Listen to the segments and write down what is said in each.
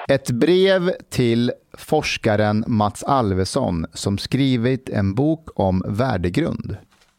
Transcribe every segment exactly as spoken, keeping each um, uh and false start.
Ett brev till forskaren Mats Alvesson som skrivit en bok om värdegrund.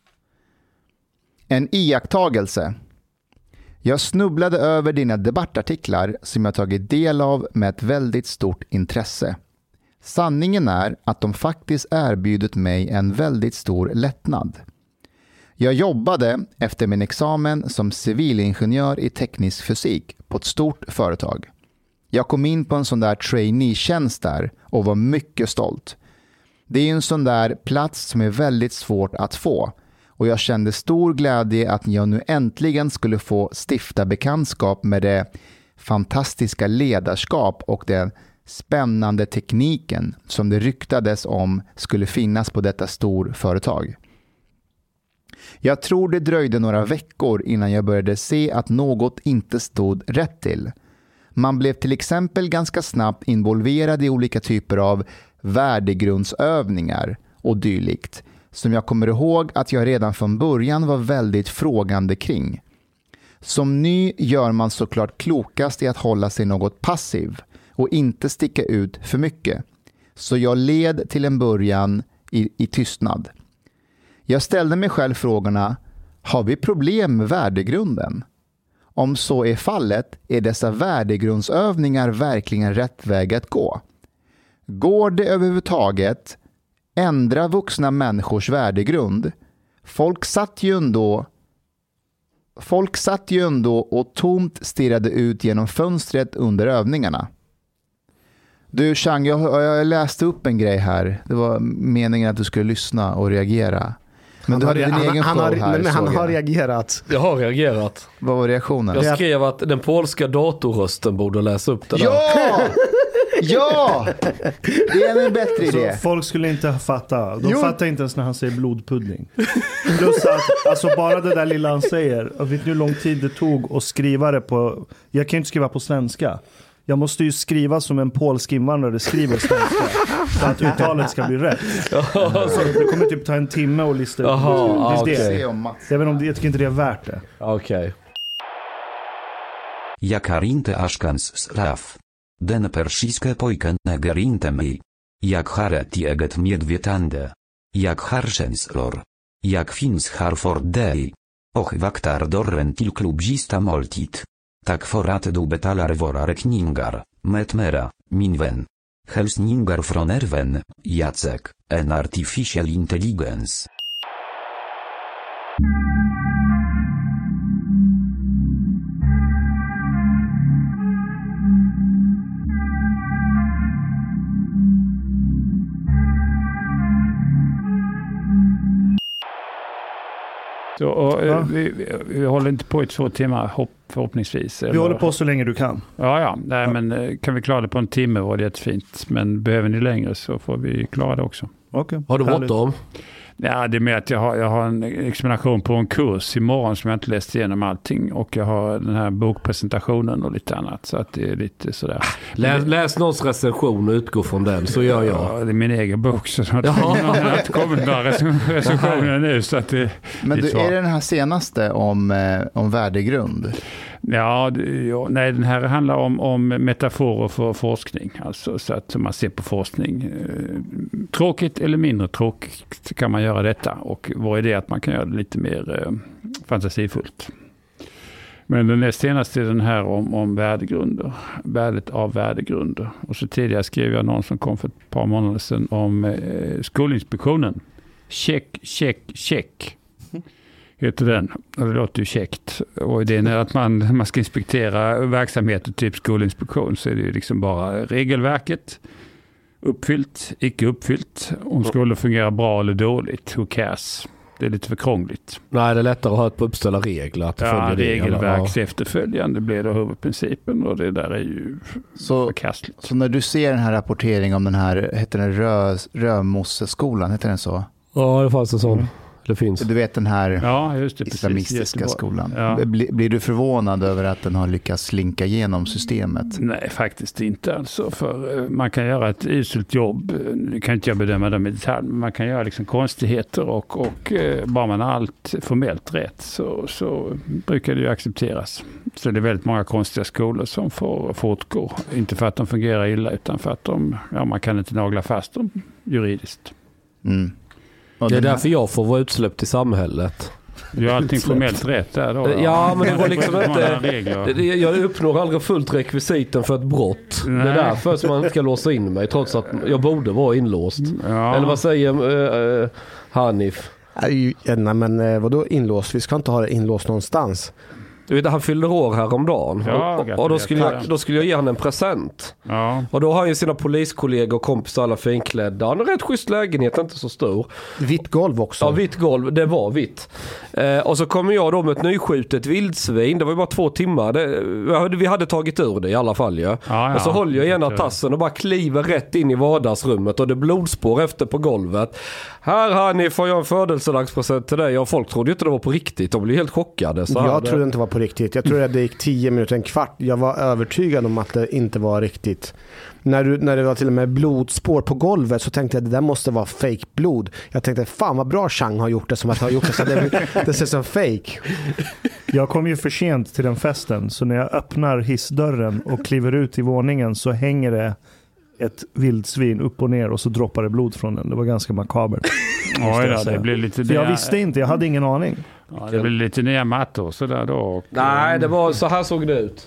En iakttagelse. Jag snubblade över dina debattartiklar som jag tagit del av med ett väldigt stort intresse. Sanningen är att de faktiskt erbjudit mig en väldigt stor lättnad. Jag jobbade efter min examen som civilingenjör i teknisk fysik på ett stort företag. Jag kom in på en sån där trainee-tjänst där och var mycket stolt. Det är en sån där plats som är väldigt svårt att få. Och jag kände stor glädje att jag nu äntligen skulle få stifta bekantskap med det fantastiska ledarskap och den spännande tekniken som det ryktades om skulle finnas på detta stor företag. Jag tror det dröjde några veckor innan jag började se att något inte stod rätt till. Man blev till exempel ganska snabbt involverad i olika typer av värdegrundsövningar och dylikt som jag kommer ihåg att jag redan från början var väldigt frågande kring. Som ny gör man såklart klokast i att hålla sig något passiv och inte sticka ut för mycket. Så jag led till en början i, i tystnad. Jag ställde mig själv frågorna: har vi problem med värdegrunden? Om så är fallet, är dessa värdegrundsövningar verkligen rätt väg att gå? Går det överhuvudtaget ändra vuxna människors värdegrund? Folk satt ju ändå Folk satt ju ändå och tomt stirrade ut genom fönstret under övningarna. Du Chang, jag, jag läste upp en grej här. Det var meningen att du skulle lyssna och reagera. Men han du hade har, din han, egen han show har, här. Men han har reagerat. Jag har reagerat. Vad var reaktionen? Jag skrev att den polska datorrösten borde läsa upp det där. Ja! Ja! Det är en bättre idé. Så folk skulle inte fatta. De jo. fattar inte ens när han säger blodpudding. Plus att alltså bara det där lilla han säger. Jag vet hur lång tid det tog att skriva det på. Jag kan inte skriva på svenska. Jag måste ju skriva som en polsk invandrare skriver svenska. Så att uttalet ska bli rätt. Så det kommer typ ta en timme att lista ut. Aha, det. okay. Jag vet om det, jag tycker inte det är värt det. Okej. Okay. Jag har inte ashkans straff. Den persiske pojken äger inte mig. Jag har ett eget medvetande. Jag har känslor. Jag finns här för dig. Och vaktar dörren till klubbsista måltid. Tack för att du betalar våra räkningar, med mera, min vän. Hälsningar från er vän, Jacek, en artificial intelligence. Så, och, ja. vi, vi, vi håller inte på i två timmar hopp, förhoppningsvis. Eller? Vi håller på så länge du kan. Ja, ja. Nej, ja. Men kan vi klara det på en timme var det jättefint. Men behöver ni längre så får vi klara det också. Okay. Har du bråttom? Ja, det är med att jag har, jag har en examination på en kurs imorgon som jag inte läst igenom allting. Och jag har den här bokpresentationen och lite annat. Så att det är lite sådär. Läs, läs någons recension och utgå från den, så gör jag. Ja, det är min egen bok. Så jag har inte kommit några recensioner nu. Så att det, Men det du, är det den här senaste om, eh, om värdegrund? Ja, ja, nej, den här handlar om, om metaforer för forskning. Alltså så att man ser på forskning. Tråkigt eller mindre tråkigt kan man göra detta. Och vår idé är att man kan göra det lite mer eh, fantasifullt. Men den näst senaste är den här om, om värdegrunder. Värdet av värdegrunder. Och så tidigare skrev jag någon som kom för ett par månader sedan om eh, Skolinspektionen. Check, check, check. Heter den. Och det låter ju käckt. Och idén är att man, man ska inspektera verksamheter, typ skolinspektion, så är det ju liksom bara regelverket. Uppfyllt, icke uppfyllt. Om skolan fungerar bra eller dåligt. Who cares? Det är lite för krångligt. Nej, det är lättare att ha ett på uppställa regler. Att ja, regelverks efterföljande blir det huvudprincipen. Och det där är ju så, förkastligt. Så när du ser den här rapporteringen om den här, heter den Rö, Römosseskolan, heter den så? Ja, det fanns en sån. Det finns. Du vet den här Ja, just det, precis. islamistiska Göteborg. skolan. Ja. Blir, blir du förvånad över att den har lyckats slinka igenom systemet? Nej, faktiskt inte. Alltså, för eh, man kan göra ett uselt jobb. Nu kan inte jag bedöma dem i detalj, men man kan göra liksom konstigheter och, och eh, bara man har allt formellt rätt så, så brukar det ju accepteras. Så det är väldigt många konstiga skolor som får fortgå. Inte för att de fungerar illa utan för att de, ja, man kan inte nagla fast dem juridiskt. Mm. Det är därför jag får vara utsläppt i samhället. Du har allting formellt rätt där då? Ja, men det var liksom inte... regler. Det- Jag uppnår aldrig fullt rekvisiten för ett brott. Nej. Det är därför som man inte ska låsa in mig trots att jag borde vara inlåst. Ja. Eller vad säger uh, uh, Hanif? Nej, nej, men eh, vadå inlåst? Vi ska inte ha det inlåst någonstans. Du vet, han fyllde år häromdagen. Ja, och, och då, skulle jag, gratulerar. då skulle jag ge han en present. Ja. Och då har han ju sina poliskollegor och kompisar alla finklädda. Han har rätt schysst lägenhet, inte så stor. Vitt golv också. Ja, vitt golv, det var vitt. Eh, och så kommer jag då med ett nyskjutet vildsvin. Det var ju bara två timmar. Det, vi hade tagit ur det i alla fall. Ja. Ja, ja. Och så håller jag ena tassen och bara kliver rätt in i vardagsrummet. Och det blodspår efter på golvet. Här Hanni, får jag en födelsedagspresent till dig. Och folk trodde ju inte det var på riktigt. De blev helt chockade. Så jag här, trodde det... inte det var på riktigt. Jag tror att det gick tio minuter, en kvart. Jag var övertygad om att det inte var riktigt. När, du, när det var till och med blodspår på golvet så tänkte jag att det där måste vara fake blod. Jag tänkte, fan vad bra Chang har gjort det som att ha gjort det så det, det ser som fake. Jag kom ju för sent till den festen, så när jag öppnar hissdörren och kliver ut i våningen så hänger det ett vildsvin upp och ner och så droppar det blod från den. Det var ganska makabert. Oj, då, det blir lite För jag nya- visste inte, jag hade ingen aning. Ja, det blir lite nya mattor så där då. Och, Nej, det var så här såg det ut.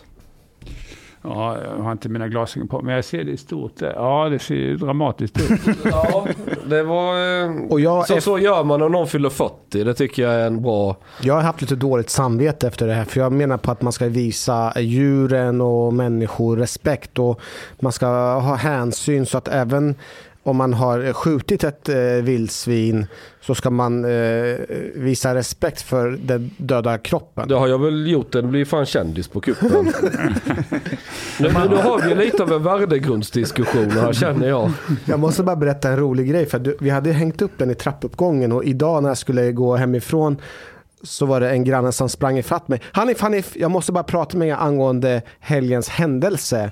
Ja, jag har inte mina glasögon på, men jag ser det i stort där. Ja, det ser ju dramatiskt ut. Ja, det var... eh, Och jag, Så, så gör man om någon fyller fyrtio. Det tycker jag är en bra... jag har haft lite dåligt samvete efter det här. För jag menar på att man ska visa djuren och människor respekt. Och man ska ha hänsyn så att även om man har skjutit ett eh, vildsvin så ska man eh, visa respekt för den döda kroppen. Det har jag väl gjort. Den blir fan kändis på kuppen. nu, nu har vi lite av en värdegrundsdiskussion här, känner jag. Jag måste bara berätta en rolig grej. För du, vi hade hängt upp den i trappuppgången och idag när jag skulle gå hemifrån så var det en granne som sprang ifatt mig. Hanif, Hanif, jag måste bara prata med er angående helgens händelse.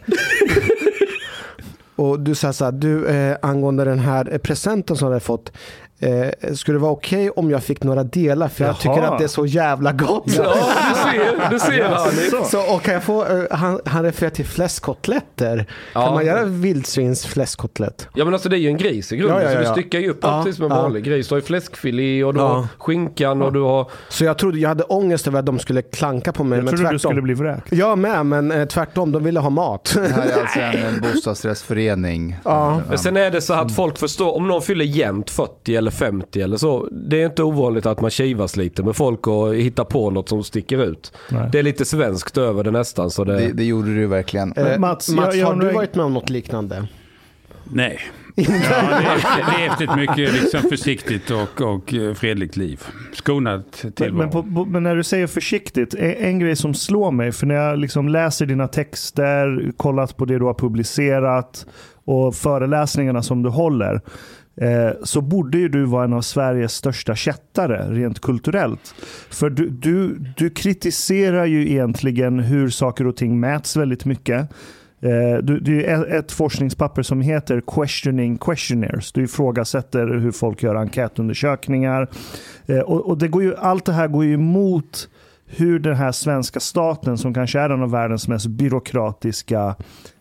Och du sa så här, du eh, angående den här presenten som du har fått, eh, skulle det vara okej om jag fick några delar för jag Jaha. tycker att det är så jävla gott. Ja, du ser, du ser Hanif. Så. Så, och kan jag få, eh, han, han refererar till fläskkotletter. Ja. Kan man göra vildsvins fläskkotlett? Ja, men alltså det är ju en gris i grunden. Ja, ja, ja, Så ja. du styckar ju upp Ja, allt precis som en ja. vanlig gris. Du har ju fläskfilé och du Ja. har skinkan och du har... Så jag trodde, jag hade ångest över att de skulle klanka på mig. Jag men trodde tvärtom. du skulle bli vräkt. Jag med, men eh, tvärtom, de ville ha mat. Det här är alltså en, en bostadsrättsförening. Ja. Men sen är det så att folk förstår, om någon fyller jämnt fyrtio eller femtio eller så, det är inte ovanligt att man kivas lite med folk och hittar på något som sticker ut. Nej. Det är lite svenskt över det nästan. Så det... Det, det gjorde du verkligen. Eh, Men Mats, Mats, jag- jag har undrar- du varit med om något liknande? Nej. Ja, det är levt ett mycket liksom försiktigt och, och eh, fredligt liv. Skonat tillvaro. Men, men, på, på, men när du säger försiktigt, en, en grej som slår mig, för när jag liksom läser dina texter, kollat på det du har publicerat och föreläsningarna som du håller, eh, så borde ju du vara en av Sveriges största kättare rent kulturellt. För du, du, du kritiserar ju egentligen hur saker och ting mäts väldigt mycket. Eh, du, det är ett forskningspapper som heter Questioning Questionnaires. Du ifrågasätter hur folk gör enkätundersökningar. Eh, och, och det går ju, allt det här går ju emot hur den här svenska staten, som kanske är en av världens mest byråkratiska,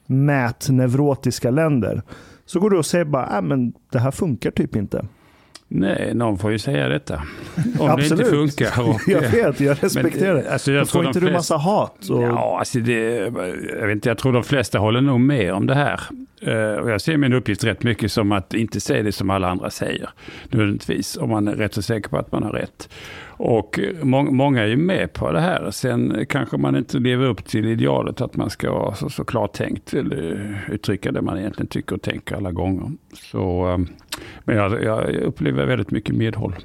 mätneurotiska länder, så går du och säger bara, äh, men det här funkar typ inte. Nej, någon får ju säga detta. Om Absolut. det inte funkar. Och, Jag vet, jag respekterar Men, det. alltså, jag Och får tror inte de du flesta- massa hat? Och... Ja, alltså det, jag vet inte, jag tror de flesta håller nog med om det här. Uh, och jag ser min uppgift rätt mycket som att inte säga det som alla andra säger. Nödvändigtvis, om man är rätt så säker på att man har rätt. Och må- många är ju med på det här. Sen kanske man inte lever upp till idealet att man ska vara så, så klart tänkt eller uttrycka det man egentligen tycker och tänker alla gånger. Så, um, men jag, jag upplever väldigt mycket medhåll.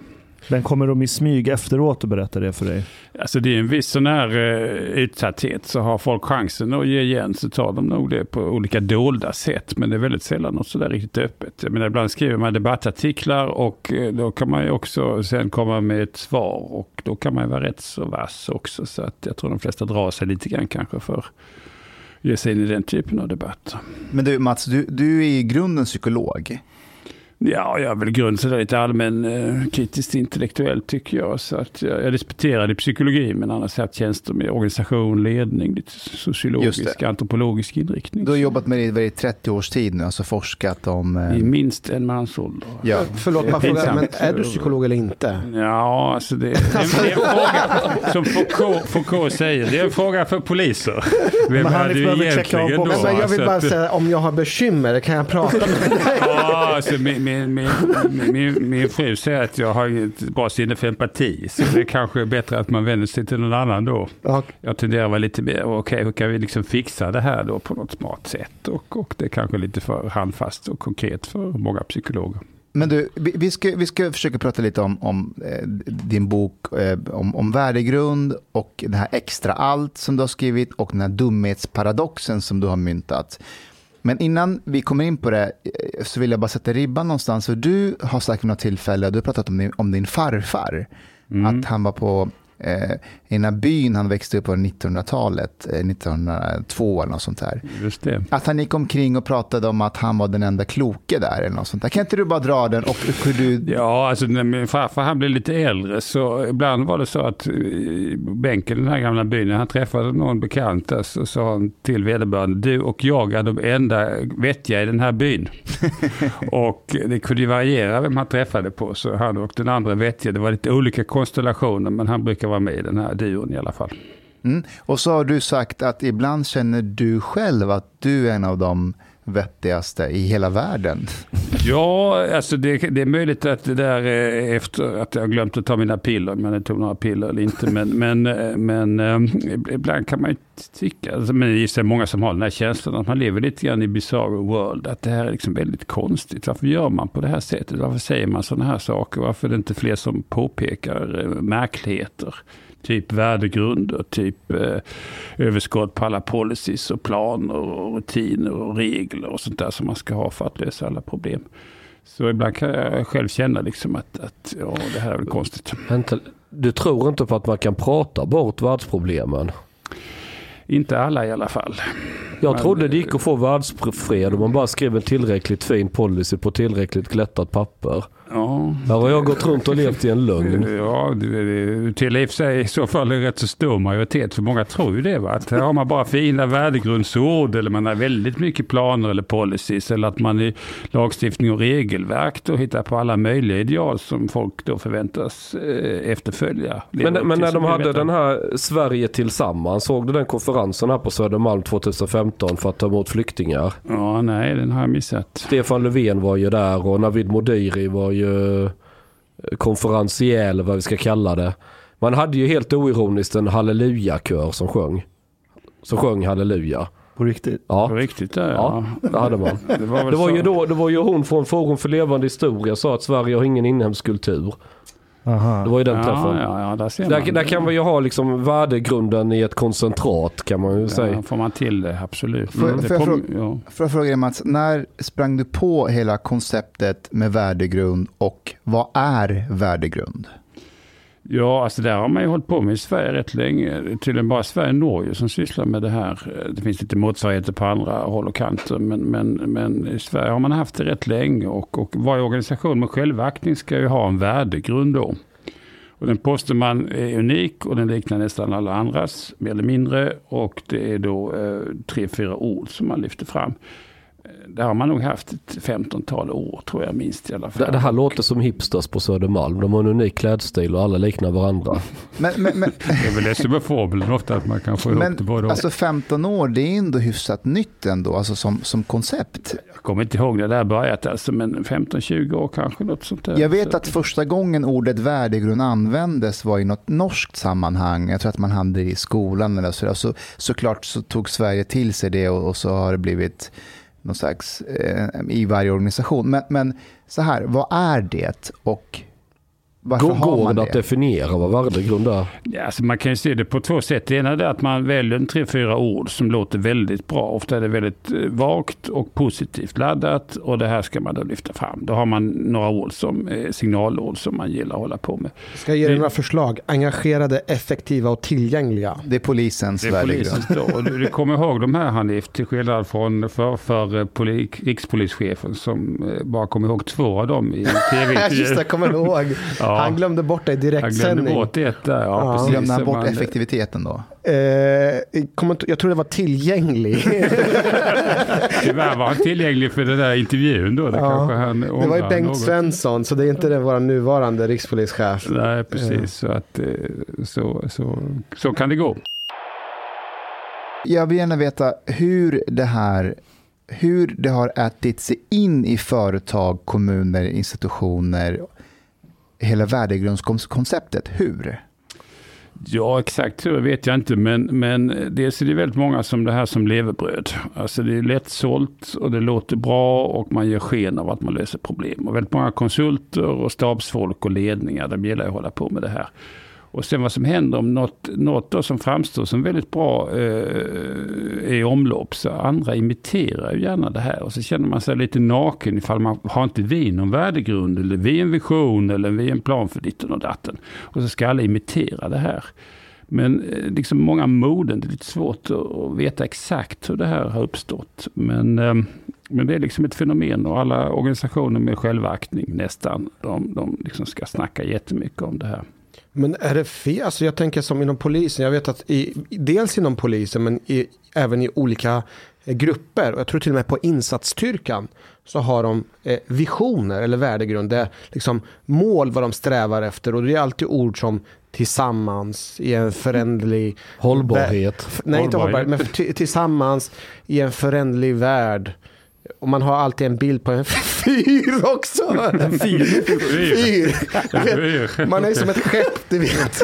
Den kommer de i smyg efteråt och berätta det för dig. Alltså det är en viss sån här uh, utsatthet, så har folk chansen att ge igen så tar de nog det på olika dolda sätt, men det är väldigt sällan något sådär riktigt öppet. Men ibland skriver man debattartiklar och uh, då kan man ju också sen komma med ett svar och då kan man ju vara rätt så vass också, så att jag tror de flesta drar sig lite grann kanske för att ge sig in i den typen av debatter. Men du Mats, du, du är i grunden psykolog. Ja, jag är väl grund så lite allmän eh, kritiskt intellektuellt tycker jag. Så att jag, jag disputerade i psykologi, men annars har jag haft tjänster med organisation, ledning, lite sociologisk, antropologisk inriktning. Du har jobbat med det i trettio års tid nu, alltså forskat om... Eh... I minst en mansålder. Ja. Förlåt, man frågar, men är du psykolog eller inte? Ja, alltså det, det, det är en fråga som Foucault, Foucault säger. Det är en fråga för poliser. Vem men är du egentligen då? Men jag vill bara att, säga, om jag har bekymmer kan jag prata med dig. Ja, alltså min, min, min, min, min fru säger att jag har ett bra sinne för empati, så det är kanske bättre att man vänder sig till någon annan då. Okay. Jag tenderar att vara lite mer, okej, okay, hur kan vi liksom fixa det här då på något smart sätt? Och, och det är kanske lite för handfast och konkret för många psykologer. Men du, vi ska, vi ska försöka prata lite om, om eh, din bok eh, om, om värdegrund och det här extra allt som du har skrivit och den här dumhetsparadoxen som du har myntat. Men innan vi kommer in på det så vill jag bara sätta ribban någonstans. För du har sagt vid något tillfälle, du har pratat om din, om din farfar. Mm. Att han var på eh, i den här byn han växte upp på nittonhundratalet, eh, nittonhundratvå eller något sånt där. Just det. Att han gick omkring och pratade om att han var den enda kloke där eller något sånt där. Kan inte du bara dra den? Och hur du... Ja, alltså när min farfar han blev lite äldre så ibland var det så att i bänken i den här gamla byn, när han träffade någon bekant så sa han till vederbörande, du och jag är de enda vettiga i den här byn. Och det kunde ju variera vem han träffade på, så han och den andra vettiga, det var lite olika konstellationer, men han brukar vara med i den här duon i alla fall. Mm. Och så har du sagt att ibland känner du själv att du är en av de vettigaste i hela världen. Ja, alltså det, det är möjligt att det där är efter att jag har glömt att ta mina piller, om jag inte tog några piller eller inte, men, men, men um, ibland kan man ju tycka, alltså, men det är många som har den här känslan att man lever lite grann i bizarre world, att det här är liksom väldigt konstigt. Varför gör man på det här sättet? Varför säger man sådana här saker? Varför är det inte fler som påpekar uh, märkligheter? Typ värdegrunder, typ eh, överskott på alla policies och planer och rutiner och regler och sånt där som man ska ha för att lösa alla problem. Så ibland kan jag själv känna liksom att, att ja, det här är väl konstigt. Vänta, du tror inte på att man kan prata bort världsproblemen? Inte alla i alla fall. Jag Men, trodde det gick att få världsfred om man bara skrev en tillräckligt fin policy på tillräckligt glättat papper. Ja. Här har jag gått runt och levt i en lögn. Ja, till i sig i så fall är rätt så stor majoritet, för många tror ju det, va? Att här har man bara fina värdegrundsord eller man har väldigt mycket planer eller policies, eller att man i lagstiftning och regelverk då hittar på alla möjliga ideal som folk då förväntas eh, efterfölja. Men, men när de hade den här Sverige tillsammans, såg du den konferensen här på Södermalm tjugohundrafemton för att ta emot flyktingar? Ja, nej, den har jag missat. Stefan Löfven var ju där och Navid Modiri var ju konferencier eller vad vi ska kalla det. Man hade ju helt oironiskt en halleluja-kör som sjöng. Som sjöng halleluja. På riktigt? Ja. På riktigt, ja. Ja, det hade man. Det var, väl det var så. ju då, det var ju hon från Forum för levande historia sa att Sverige har ingen inhemsk kultur. Aha. Det var ju den träffen. Ja, ja, där, ser där, man. där kan man ju ha liksom värdegrunden i ett koncentrat, kan man ju ja, säga. får man till det, absolut. Får, det får, jag kom, fråga, ja. får jag fråga dig Mats, när sprang du på hela konceptet med värdegrund och vad är värdegrund? Ja, alltså där har man ju hållit på med i Sverige rätt länge. Tydligen bara Sverige och Norge som sysslar med det här. Det finns lite motsvarigheter på andra håll och kanter. Men, men, men i Sverige har man haft det rätt länge. Och, och varje organisation med självaktning ska ju ha en värdegrund då. Och den påstår man är unik och den liknar nästan alla andras, mer eller mindre. Och det är då eh, tre, fyra ord som man lyfter fram. Det har man nog haft ett femtontal år, tror jag minst i alla fall. Det, det här låter som hipsters på Södermalm. De har en unik klädstil och alla liknar varandra. Men, men, men, det är väl det som är formelen ofta, att man kan få men, ihop det både. Alltså femton år, det är ändå hyfsat nytt ändå, alltså som, som koncept. Jag kommer inte ihåg när det där börjat, alltså, men femton tjugo år kanske, något sånt där. Jag vet att första gången ordet värdegrund användes var i något norskt sammanhang. Jag tror att man hade det i skolan eller så. Så såklart så tog Sverige till sig det och, och så har det blivit någon slags eh, i varje organisation. Men, men så här, vad är det och Varför Går, har går man det det? att definiera vad värdegrund är? Ja, alltså man kan ju se det på två sätt. Det ena är att man väljer en tre, fyra ord som låter väldigt bra. Ofta är det väldigt vagt och positivt laddat och det här ska man då lyfta fram. Då har man några ord som är signalord som man gillar att hålla på med. Ska jag ge dig några förslag? Engagerade, effektiva och tillgängliga. Det är polisens Det är värdegrund. polisens då. Och du, du kommer ihåg de här, Hanif, till skillnad från för, för poli, rikspolischefen som bara kommer ihåg två av dem i tv-intervjuer. Just det, jag kommer ihåg. Ja. Han glömde bort det i Han glömde direktsändning. bort det där. Ja, Ja. precis. Glömde han bort Man- effektiviteten då? Eh, kommer inte- jag tror det var tillgänglig. Tyvärr var han tillgänglig för den där intervjun då. Det, Ja. kanske han Det var ju ångrar Bengt något. Svensson, så det är inte den vår nuvarande rikspolischef. Nej, precis. Så, att, eh, så, så, så kan det gå. Jag vill gärna veta hur det här hur det har ätit sig in i företag, kommuner, institutioner, hela värdegrundskonceptet. Hur? Ja, exakt hur vet jag inte, men, men dels är det väldigt många som det här som levebröd. Alltså det är lättsålt och det låter bra och man ger sken av att man löser problem. Och väldigt många konsulter och stabsfolk och ledningar, de gillar att hålla på med det här. Och sen vad som händer om något, något då som framstår som väldigt bra eh, är i omlopp, så andra imiterar ju gärna det här och så känner man sig lite naken ifall man har inte vi någon värdegrund eller vi en vision eller vi en plan för ditten och datten. Och så ska alla imitera det här. Men eh, liksom många moden, det är lite svårt att, att veta exakt hur det här har uppstått. Men, eh, men det är liksom ett fenomen och alla organisationer med självaktning nästan, de, de liksom ska snacka jättemycket om det här. Men är det fel? Alltså jag tänker som inom polisen. Jag vet att i, dels inom polisen men i, även i olika eh, grupper. Och jag tror till och med på insatsstyrkan så har de eh, visioner eller värdegrund. Det är liksom mål vad de strävar efter. Och det är alltid ord som tillsammans i en föränderlig... Hållbarhet. Vä- nej, inte hållbarhet. Men t- tillsammans i en föränderlig värld. Och man har alltid en bild på en fyr också. En fyr. fyr. Jag vet, man är som ett skepp, du vet.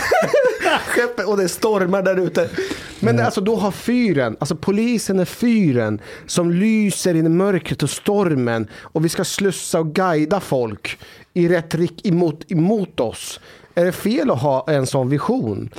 Skeppet, och det stormar där ute. Men mm. alltså då har fyren, alltså polisen är fyren som lyser in i mörkret och stormen. Och vi ska slussa och guida folk i rätt riktning emot, emot oss. Är det fel att ha en sån vision?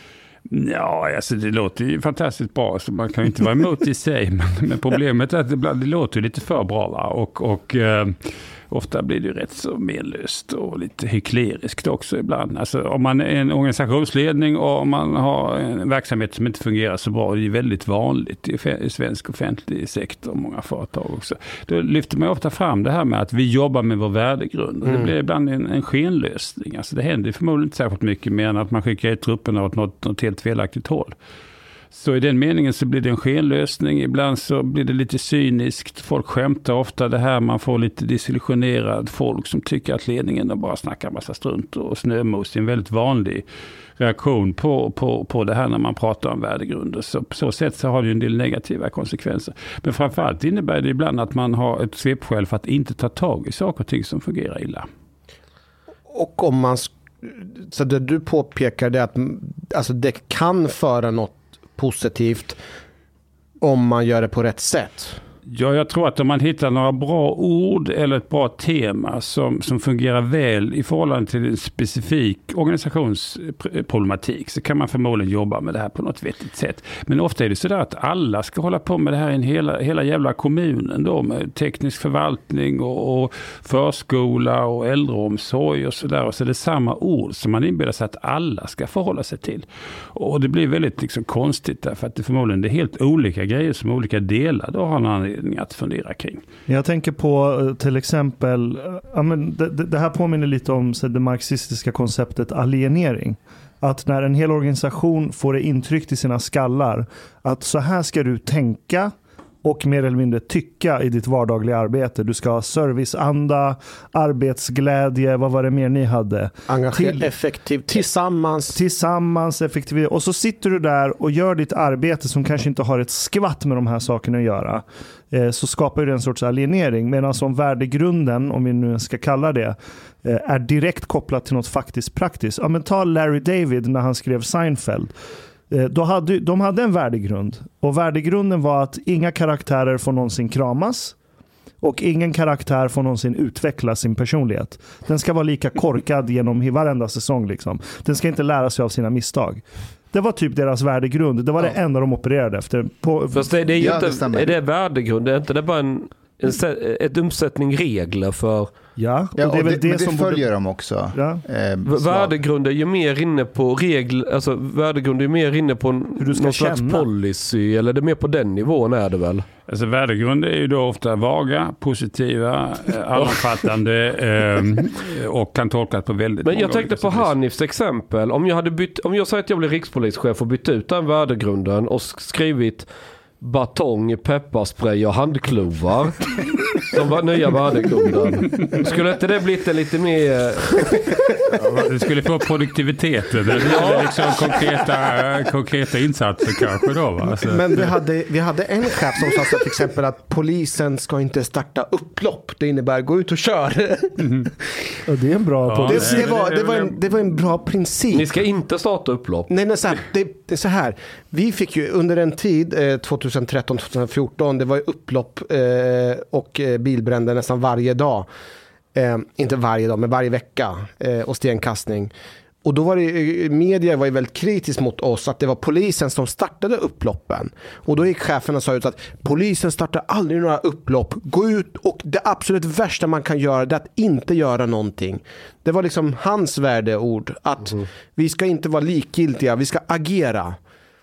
Ja, alltså det låter ju fantastiskt bra, så man kan ju inte vara emot i sig, men, men problemet är att det, det låter lite för bra, va? och, och eh, ofta blir det ju rätt så menlöst och lite hykleriskt också ibland. Alltså om man är en organisationsledning och om man har en verksamhet som inte fungerar så bra, det är väldigt vanligt i, i svensk offentlig sektor och många företag också. Då lyfter man ofta fram det här med att vi jobbar med vår värdegrund och det blir ibland en, en skenlösning. Alltså det händer förmodligen inte särskilt mycket mer än att man skickar ut trupperna åt något, något helt felaktigt håll. Så i den meningen så blir det en skenlösning. Ibland så blir det lite cyniskt. Folk skämtar ofta det här. Man får lite desillusionerad folk som tycker att ledningen bara snackar massa strunt och snömos. Det är en väldigt vanlig reaktion på, på, på det här när man pratar om värdegrunder. Så på så sätt så har det ju en del negativa konsekvenser. Men framförallt innebär det ibland att man har ett svepskäl för att inte ta tag i saker och ting som fungerar illa. Och om man, så det du påpekar det att alltså det kan föra något positivt om man gör det på rätt sätt. Ja, jag tror att om man hittar några bra ord eller ett bra tema som, som fungerar väl i förhållande till en specifik organisationsproblematik så kan man förmodligen jobba med det här på något vettigt sätt. Men ofta är det så där att alla ska hålla på med det här i en hela, hela jävla kommunen då, med teknisk förvaltning och, och förskola och äldreomsorg och sådär. Och så är det samma ord som man inbillar sig att alla ska förhålla sig till. Och det blir väldigt liksom konstigt därför att det förmodligen det är helt olika grejer som olika delar då har någon att fundera kring. Jag tänker på till exempel, ja, men det, det här påminner lite om så det marxistiska konceptet alienering. Att när en hel organisation får det intryckt i sina skallar att så här ska du tänka och mer eller mindre tycka i ditt vardagliga arbete. Du ska ha serviceanda, arbetsglädje, vad var det mer ni hade? Engagera, effektivt, tillsammans. Tillsammans, effektivitet. Och så sitter du där och gör ditt arbete som kanske inte har ett skvatt med de här sakerna att göra. Eh, så skapar det en sorts alienering. Medan som värdegrunden, om vi nu ska kalla det, eh, är direkt kopplat till något faktiskt praktiskt. Ja, men ta Larry David när han skrev Seinfeld. Då hade, de hade en värdegrund och värdegrunden var att inga karaktärer får någonsin kramas Och ingen karaktär får någonsin utveckla sin personlighet. Den ska vara lika korkad genom varenda säsong. Liksom. Den ska inte lära sig av sina misstag. Det var typ deras värdegrund. Det var ja. det enda de opererade efter. På, Fast det, det är ju ja, inte, det är det värdegrund? Är inte det bara en, en ett umsättning regler för... Ja, och ja, det är väl det, det, det som följer borde... de också. Ja. Eh, värdegrund är ju mer inne på regler, alltså värdegrund är ju mer inne på någon slags känna. policy, eller det är mer på den nivån är det väl? Alltså värdegrund är ju då ofta vaga, positiva, allomfattande eh, och kan tolkas på väldigt Men många jag tänkte på Hanifs exempel. Om jag hade bytt, om jag säger att jag blir rikspolischef och bytt ut den värdegrunden och skrivit batong, pepparspray och handklovar som var nya värdegrunden. Skulle inte det blivit en lite mer... Ja, det skulle få produktiviteten. Det är liksom konkreta, konkreta insatser kanske då. Va? Alltså. Men vi hade, vi hade en chef som sa till exempel att polisen ska inte starta upplopp. Det innebär gå ut och kör. Mm. Ja, det är en bra ja, det, det, var, det, var en, det var en bra princip. Ni ska inte starta upplopp. Nej, nej så här, det, det är så här. Vi fick ju under en tid, eh, tjugohundratretton tjugohundrafjorton, det var ju upplopp eh, och eh, bilbränder nästan varje dag. Eh, inte varje dag, men varje vecka. Eh, och stenkastning. Och då var det, media var ju väldigt kritisk mot oss att det var polisen som startade upploppen. Och då gick chefen och sa ut att polisen startar aldrig några upplopp. Gå ut, och det absolut värsta man kan göra är att inte göra någonting. Det var liksom hans värdeord. Att mm. vi ska inte vara likgiltiga, vi ska agera.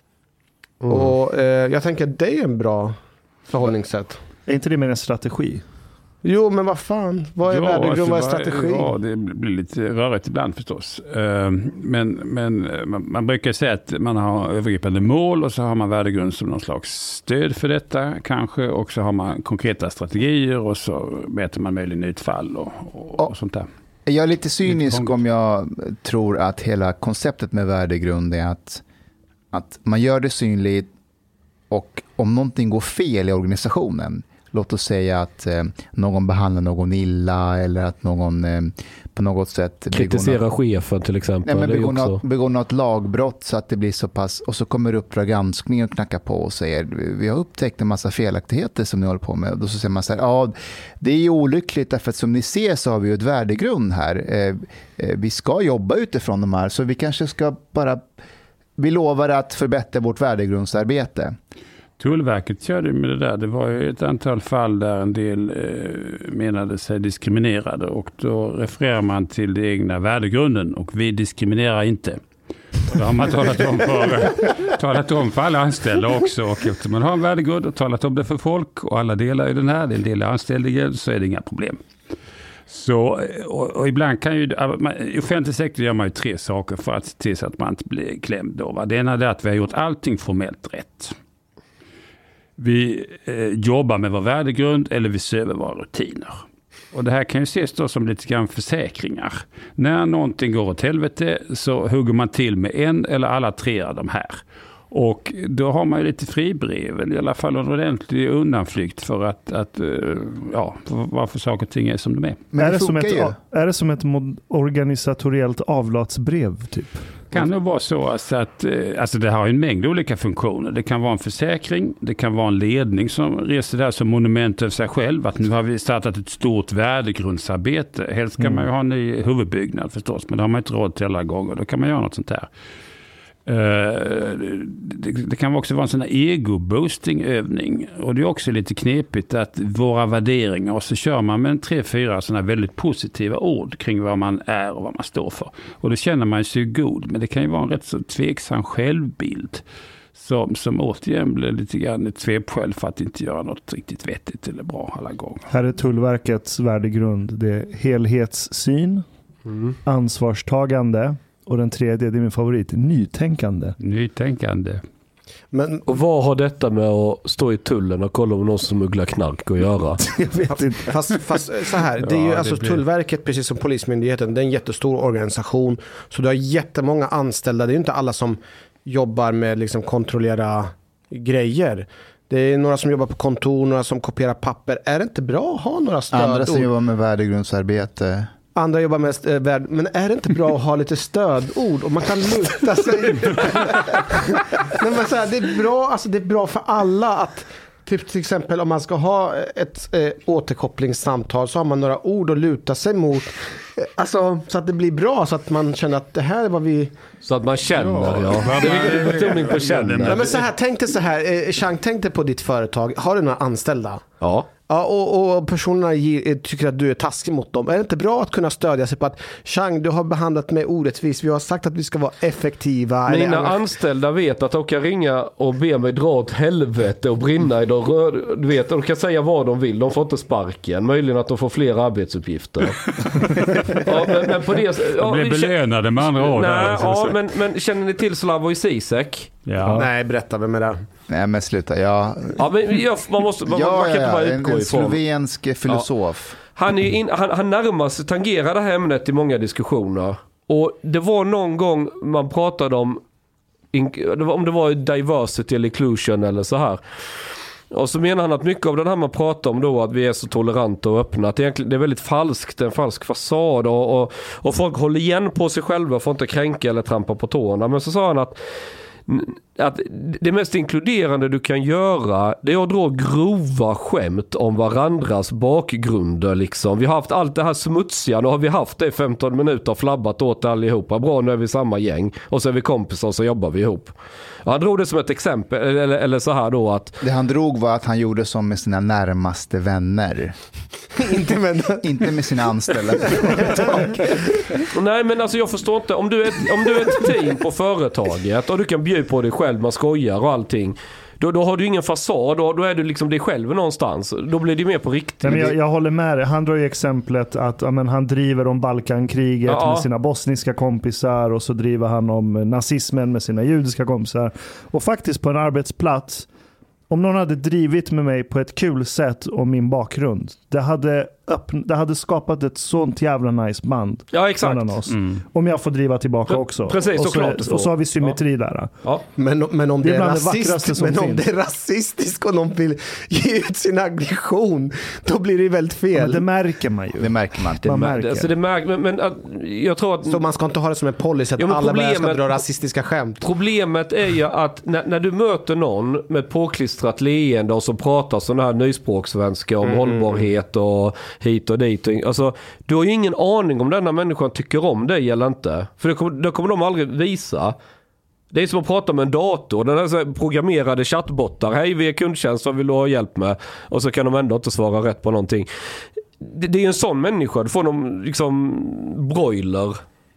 Mm. Och eh, jag tänker att det är en bra förhållningssätt. Är inte det mer en strategi? Jo, men vad fan? Vad är ja, värdegrund? Alltså, vad är strategi? Ja, det blir lite rörigt ibland förstås. Men, men man, man brukar säga att man har övergripande mål och så har man värdegrund som någon slags stöd för detta kanske. Och så har man konkreta strategier och så mäter man möjligen utfall och, och, och sånt där. Jag är lite cynisk om jag tror att hela konceptet med värdegrund är att, att man gör det synligt och om någonting går fel i organisationen, låt oss säga att eh, någon behandlar någon illa eller att någon eh, på något sätt kritiserar något, chefen till exempel. Nej, men begår, också... något, begår något lagbrott så att det blir så pass, och så kommer Uppdrag granskning och knackar på och säger vi har upptäckt en massa felaktigheter som ni håller på med. Och då så säger man så här, ja det är ju olyckligt därför att som ni ser så har vi ju ett värdegrund här. Eh, eh, vi ska jobba utifrån de här så vi kanske ska bara, vi lovar att förbättra vårt värdegrundsarbete. Tullverket körde med det där. Det var ju ett antal fall där en del eh, menade sig diskriminerade och då refererar man till det egna värdegrunden och vi diskriminerar inte. Och då har man talat om för, talat om för alla anställda också och eftersom man har en värdegrund och talat om det för folk och alla delar i den här, det är en del av anställningen så är det inga problem. Så, och, och ibland kan ju, i offentlig sektor gör man ju tre saker för att se till så att man inte blir klämd då. Va? Det ena är att vi har gjort allting formellt rätt. Vi eh, jobbar med vår värdegrund eller vi ser över våra rutiner. Och det här kan ju ses då som lite grann försäkringar. När någonting går åt helvete så hugger man till med en eller alla tre av de här. Och då har man ju lite fribrev, eller i alla fall en ordentlig undanflykt för att, att ja, varför saker och ting är som de är. Men är det, som ett, är det som ett organisatoriellt avlatsbrev typ? Kan det vara så att, alltså det har en mängd olika funktioner. Det kan vara en försäkring, det kan vara en ledning som reser där som monument över sig själv. Att nu har vi startat ett stort värdegrundsarbete. Helst kan mm. man ju ha en ny huvudbyggnad förstås, men det har man inte råd till alla gånger. Då kan man göra något sånt här. Uh, det, det kan också vara en sån här ego-boosting-övning och det är också lite knepigt att våra värderingar och så kör man med en tre, fyra sådana väldigt positiva ord kring vad man är och vad man står för och då känner man sig god, men det kan ju vara en rätt så tveksam självbild som, som återigen blir lite grann ett svepskäl för att inte göra något riktigt vettigt eller bra alla gånger. Här är Tullverkets värdegrund, det är helhetssyn, mm. ansvarstagande. Och den tredje, det är min favorit, nytänkande. Nytänkande. Men, och vad har detta med att stå i tullen och kolla om någon som smugglar knark att göra? Jag vet inte. Fast, fast så här, det är ju ja, alltså blir... Tullverket, precis som Polismyndigheten, det är en jättestor organisation. Så du har jättemånga anställda. Det är ju inte alla som jobbar med liksom kontrollera grejer. Det är några som jobbar på kontor, några som kopierar papper. Är det inte bra att ha några stödord? Andra som jobbar med värdegrundsarbete. Andra jobbar mest eh, värd, men är det inte bra att ha lite stödord och man kan luta sig? Nej, men så här, det är bra, alltså det är bra för alla att Typ till exempel om man ska ha ett eh, återkopplingssamtal så har man några ord att luta sig mot. Eh, alltså så att det blir bra, så att man känner att det här är vad vi... Så att man känner, ja. ja. Det är viktigt betoning på känner. Ja, men så här, tänk dig så här, eh, Chang, tänk dig på ditt företag. Har du några anställda? Ja. Ja, och, och personerna ger, tycker att du är taskig mot dem. Är det inte bra att kunna stödja sig på att Chang, du har behandlat mig orättvis. Vi har sagt att vi ska vara effektiva. Mina eller... anställda vet att de kan ringa och be mig dra åt helvete och brinna i de röd... Du vet, de kan säga vad de vill. De får inte sparken. Möjligen att de får fler arbetsuppgifter. ja, men, men på det... Ja, de blir belönade med andra ord. Nej, ja, men, men känner ni till Slavoj Zizek? Ja. Nej, berätta vem är det? Nej, men sluta. Ja, ja men jag, man måste man, ja, man kan ja, inte bara en, utgå en ifrån. slovensk filosof. Ja. Han, är in, han, han närmar sig, tangerar det här ämnet i många diskussioner. Och det var någon gång man pratade om om det var diversity eller inclusion eller så här. Och så menar han att mycket av det här man pratar om då, att vi är så toleranta och öppna, att det är väldigt falskt, det är en falsk fasad och, och, och folk håller igen på sig själva och får inte kränka eller trampa på tårna. Men så sa han att att det mest inkluderande du kan göra, det är att dra grova skämt om varandras bakgrunder liksom. Vi har haft allt det här smutsiga, nu har vi haft det i femton minuter och flabbat åt allihopa. Bra, nu är vi samma gäng och så är vi kompisar och så jobbar vi ihop. Han drog det som ett exempel, eller, eller så här då att... Det han drog var att han gjorde som med sina närmaste vänner. inte, med... inte med sina anställda. Nej, men alltså jag förstår inte. Om du är, om du är ett team på företaget och du kan bjuda på dig själv, man skojar och allting. Då, då har du ingen fasad, då, då är du liksom dig själv någonstans. Då blir det mer på riktigt. Men jag, jag håller med dig. Han drar ju exemplet att ja, men han driver om Balkankriget ja. med sina bosniska kompisar och så driver han om nazismen med sina judiska kompisar. Och faktiskt på en arbetsplats, om någon hade drivit med mig på ett kul sätt om min bakgrund, det hade, öppn- det hade skapat ett sånt jävla nice band ja, exakt. mellan oss. Mm. Om jag får driva tillbaka också. Precis, och, så, och, och så har vi symmetri ja. där. Ja. Men, men om det, det är, rasist, men om finns. det är rasistiskt och de vill ge ut sin aggression, då blir det väldigt fel. Ja, det märker man ju. Det märker man. Det man märker. märker. Alltså det märker, men, men att, jag tror att... Så man ska inte ha det som en policy att ja, alla börjar ska dra rasistiska skämt. Problemet är ju att när, när du möter någon med ett påklistrat leende och så pratar sån här nyspråksvenska om mm. hållbarhet och hit och dit. Alltså, du har ju ingen aning om denna människan tycker om dig eller inte. För det kommer, det kommer de aldrig visa. Det är som att prata med en dator. Den är programmerade chattbottar. Hej, vi är kundtjänst, vad vill du ha hjälp med? Och så kan de ändå inte svara rätt på någonting. Det, det är en sån människa. Du får någon liksom broiler.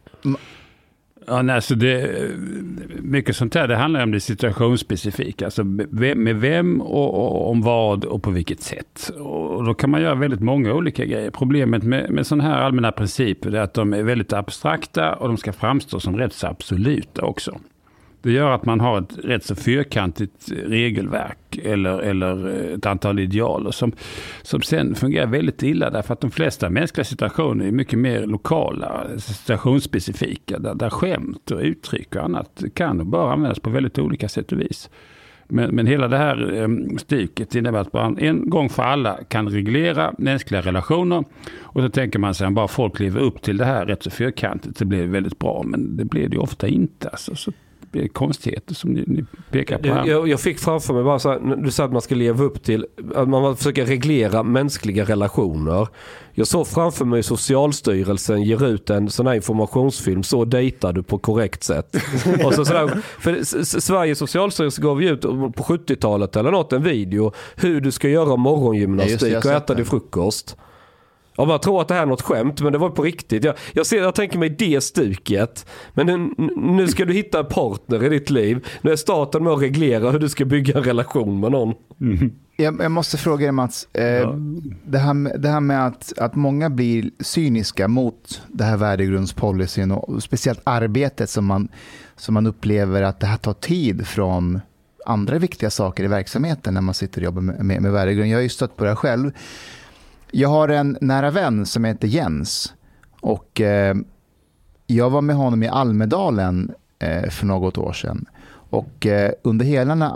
Ja, nej, så det, mycket sånt här, det handlar om det situationsspecifika. Alltså med vem och, och om vad och på vilket sätt. Och då kan man göra väldigt många olika grejer. Problemet med, med sådana här allmänna principer är att de är väldigt abstrakta och de ska framstå som rätt så absoluta också. Det gör att man har ett rätt så fyrkantigt regelverk eller, eller ett antal idealer som, som sen fungerar väldigt illa, därför att de flesta mänskliga situationer är mycket mer lokala, situationsspecifika, där, där skämt och uttryck och annat kan och bara användas på väldigt olika sätt och vis. Men, men hela det här stycket innebär att man en gång för alla kan reglera mänskliga relationer, och så tänker man sig att bara folk lever upp till det här rätt så fyrkantigt så blir det väldigt bra, men det blir det ofta inte. Alltså, så konstigheter som ni, ni pekar på här. Jag, jag fick framför mig bara så här, du sa att man ska leva upp till, att man försöker reglera mänskliga relationer. Jag såg framför mig Socialstyrelsen ger ut en sån här informationsfilm, så dejtar du på korrekt sätt. Och så sådär, för Sveriges Socialstyrelse gav ju ut på sjuttiotalet eller något en video hur du ska göra morgongymnastik ja, och äta din frukost. Ja, man tror att det här är något skämt, men det var på riktigt. Jag, jag, ser, jag tänker mig det stuket. Men nu, nu ska du hitta en partner i ditt liv. Nu är staten med att reglera hur du ska bygga en relation med någon. Mm. Jag, jag måste fråga dig, Mats. Eh, ja. det, här med, det här med att, att många blir cyniska mot det här värdegrundspolicyn och speciellt arbetet som man, som man upplever att det här tar tid från andra viktiga saker i verksamheten när man sitter och jobbar med, med, med värdegrund. Jag har ju stött på det själv. Jag har en nära vän som heter Jens och eh, jag var med honom i Almedalen eh, för något år sedan. Och eh, under hela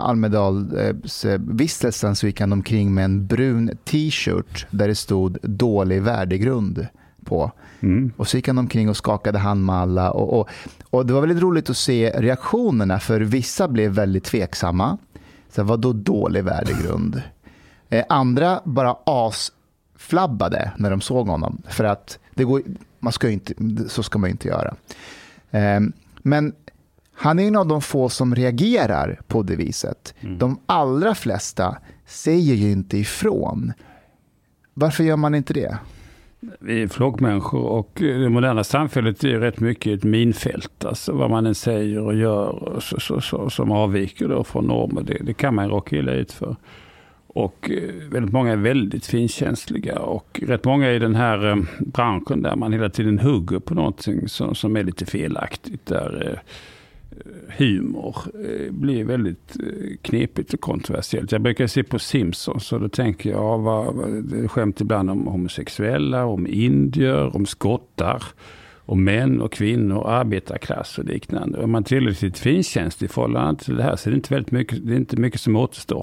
Almedalsvistelsen så gick han omkring med en brun t-shirt där det stod dålig värdegrund på. Mm. Och så gick han omkring och skakade hand med alla. Och, och, och det var väldigt roligt att se reaktionerna, för vissa blev väldigt tveksamma. Så vad då dålig värdegrund? Eh, andra bara asflabbade när de såg honom. För att det går, man ska inte, så ska man inte göra. Eh, men han är en av de få som reagerar på det viset. Mm. De allra flesta säger ju inte ifrån. Varför gör man inte det? Vi är flockmänniskor och det moderna samhället är rätt mycket ett minfält. Alltså vad man än säger och gör så, så, så, som avviker då från normer, det, det kan man råka illa ut för. Och väldigt många är väldigt finkänsliga och rätt många i den här eh, branschen där man hela tiden hugger på någonting som, som är lite felaktigt. Där eh, humor eh, blir väldigt eh, knepigt och kontroversiellt. Jag brukar se på Simpsons så då tänker jag, vad, vad, det är skämt ibland om homosexuella, om indier, om skottar, om män och kvinnor, arbetarklass och liknande. Om man tillräckligt finkänslig i förhållande till det här så är det inte väldigt mycket, det är inte mycket som återstår.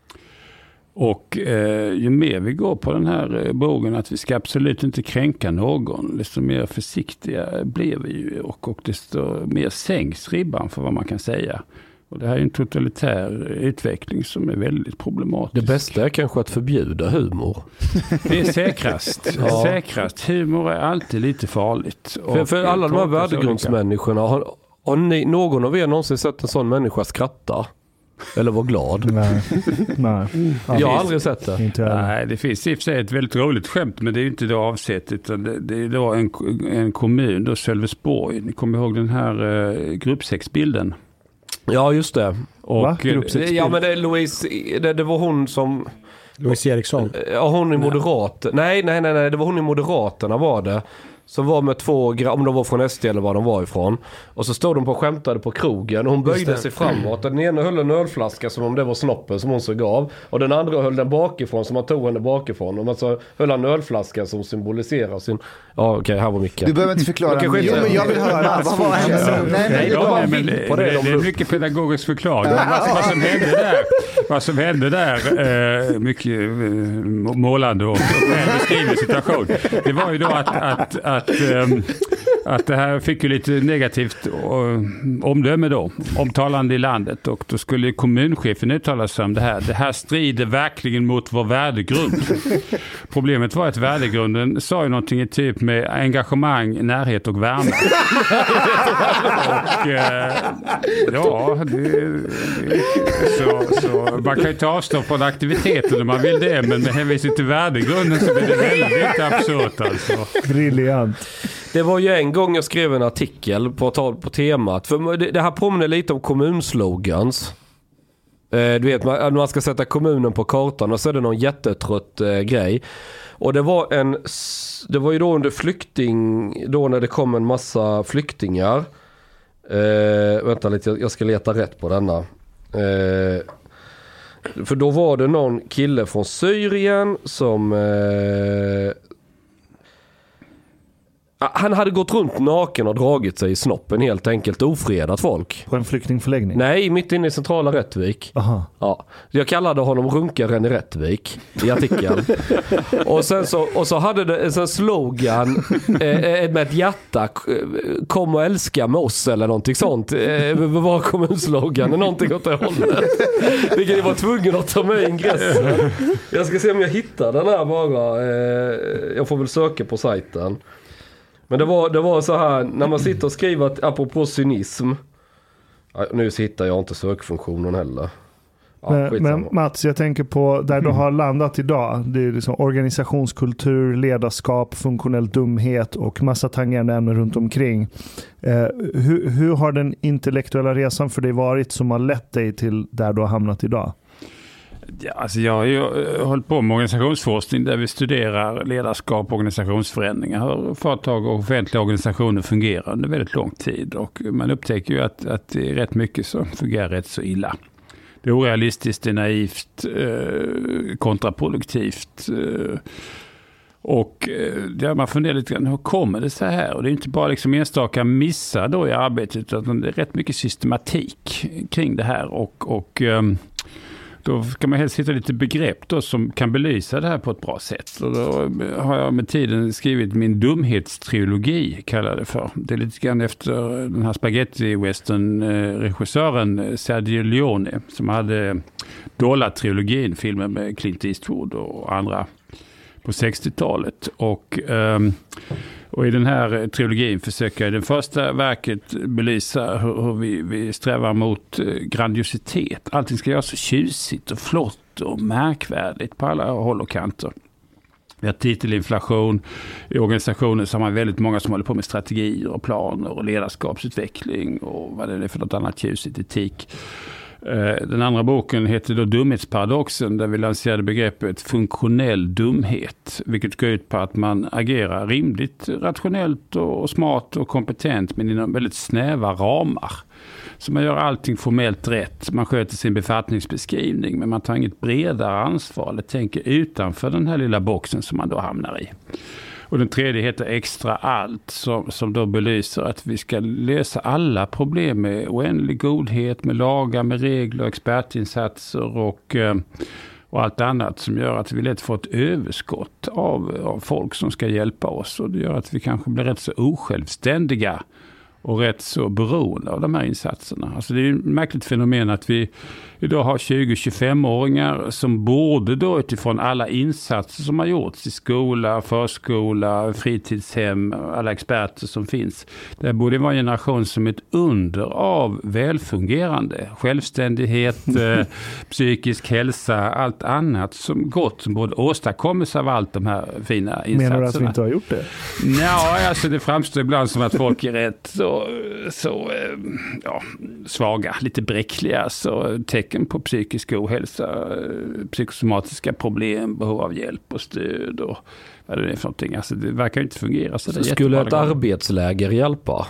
Och eh, ju mer vi går på den här eh, bågen att vi ska absolut inte kränka någon, desto mer försiktiga blir vi ju och, och desto mer sänks ribban för vad man kan säga. Och det här är en totalitär utveckling som är väldigt problematisk. Det bästa är kanske att förbjuda humor. Det är säkrast. Ja. Säkrast. Humor är alltid lite farligt. För, för alla de här värdegrundsmänniskorna, har, har ni, någon av er någonsin sett en sån människa skratta? Eller var glad? Nej. Nej. Jag har aldrig sett det. Inte Nej, det finns i och för sig ett väldigt roligt skämt, men det är ju inte då avsett, utan det, det är då en, en kommun, då Sölvesborg. Ni kommer ihåg den här uh, gruppsexbilden? Ja, just det. Och, Va? Gruppsexbild? Ja, men det, Louise, det, det var hon som... Louise Eriksson. Ja, hon i Moderat. Nej, nej, nej, nej, det var hon i Moderaterna var det. Som var med två, om de var från S D eller var de var ifrån. Och så stod de på och skämtade på krogen. Hon böjde sig framåt. Den ena höll en ölflaska som om det var snoppen som hon såg av. Och den andra höll den bakifrån som man tog henne bakifrån. Och man så höll en ölflaska som symboliserar sin... Ja, okej, okay, här var mycket. Du behöver inte förklara. Jo, men jag vill höra. Vad var det? Nej, nej, ja, men det, det, det är mycket pedagogisk förklaring. Vad, vad som hände där, vad som hände där eh, mycket eh, målande och, och beskriven situation. Det var ju då att, att, att, um, att det här fick ju lite negativt uh, omdöme då, omtalande i landet, och då skulle kommunchefen uttala sig om det här. Det här strider verkligen mot vår värdegrund. Problemet var att värdegrunden sa ju någonting i typ med engagemang, närhet och värme. och uh, ja, det, det, så, så man kan ju ta avstånd från aktiviteter när man vill det, men med hänvisning till värdegrunden så blir det väldigt absurt alltså. Briljant. Det var ju en gång jag skrev en artikel på, på temat. För det, det här påminner lite om kommunslogans. Eh, du vet, man, man ska sätta kommunen på kartan och så är det någon jättetrött eh, grej. Och det var en... Det var ju då under flykting... Då när det kom en massa flyktingar. Eh, vänta lite, jag, jag ska leta rätt på denna. Eh, för då var det någon kille från Syrien som... Eh, Han hade gått runt naken och dragit sig i snoppen helt enkelt, ofredat folk. På en flyktingförläggning? Nej, mitt inne i centrala Rättvik. Aha. Ja. Jag kallade honom runkaren i Rättvik i artikeln. och, sen så, och så hade det en sån slogan eh, med ett hjärta, kom och älska med oss eller någonting sånt. Eh, vad var kommunslogan? Någonting åt det hållet. Vilket jag var tvungen att ta med i ingressen. Jag ska se om jag hittar den här bara. Eh, jag får väl söka på sajten. Men det var, det var så här, när man sitter och skriver att, apropå cynism, nu hittar jag inte sökfunktionen heller. Ja, men, men Mats, jag tänker på där du har landat idag. Det är liksom organisationskultur, ledarskap, funktionell dumhet och massa tangerande ämnen runt omkring. Eh, hur, hur har den intellektuella resan för dig varit som har lett dig till där du har hamnat idag? Ja, alltså jag har ju hållit på med organisationsforskning där vi studerar ledarskap och organisationsförändringar. Hur företag och offentliga organisationer fungerar under väldigt lång tid. Och man upptäcker ju att, att det är rätt mycket som fungerar rätt så illa. Det är orealistiskt, det är naivt, eh, kontraproduktivt. Eh, och ja, man funderar lite grann, hur kommer det så här? Och det är inte bara liksom enstaka missar då i arbetet, utan det är rätt mycket systematik kring det här. Och... och eh, då ska man helst hitta lite begrepp då som kan belysa det här på ett bra sätt. Och då har jag med tiden skrivit min dumhetstrilogi, kallar det för. Det är lite grann efter den här spaghetti-western-regissören Sergio Leone som hade Dollar-trilogin, filmen med Clint Eastwood och andra på sextiotalet. Och... Um, Och i den här trilogin försöker jag i det första verket belysa hur, hur vi, vi strävar mot grandiositet. Allting ska göra så tjusigt och flott och märkvärdigt på alla håll och kanter. Vi har titelinflation. I organisationen så har man väldigt många som håller på med strategier och planer och ledarskapsutveckling och vad det är för något annat tjusigt, etik. Den andra boken heter då Dumhetsparadoxen, där vi lanserade begreppet funktionell dumhet, vilket går ut på att man agerar rimligt, rationellt och smart och kompetent, men inom väldigt snäva ramar. Så man gör allting formellt rätt, man sköter sin befattningsbeskrivning, men man tar inget bredare ansvar eller tänker utanför den här lilla boxen som man då hamnar i. Och den tredje heter Extra allt, som, som då belyser att vi ska lösa alla problem med oändlig godhet, med lagar, med regler, expertinsatser och, och allt annat som gör att vi lätt får ett överskott av, av folk som ska hjälpa oss. Och det gör att vi kanske blir rätt så osjälvständiga och rätt så beroende av de här insatserna. Alltså det är ett märkligt fenomen att vi idag har tjugo till tjugofem-åringar som borde då utifrån alla insatser som har gjorts i skola, förskola, fritidshem, alla experter som finns. Det borde vara en generation som är ett under av välfungerande, självständighet, eh, psykisk hälsa, allt annat som gott som borde åstadkommas av allt de här fina insatserna. Menar du att vi inte har gjort det? Ja, alltså det framstår ibland som att folk är rätt så, så ja, svaga, lite bräckliga, så tecken på psykisk ohälsa, psykosomatiska problem, behov av hjälp och stöd och vad det är för någonting. Alltså det verkar inte fungera. Så det skulle ett arbetsläger hjälpa?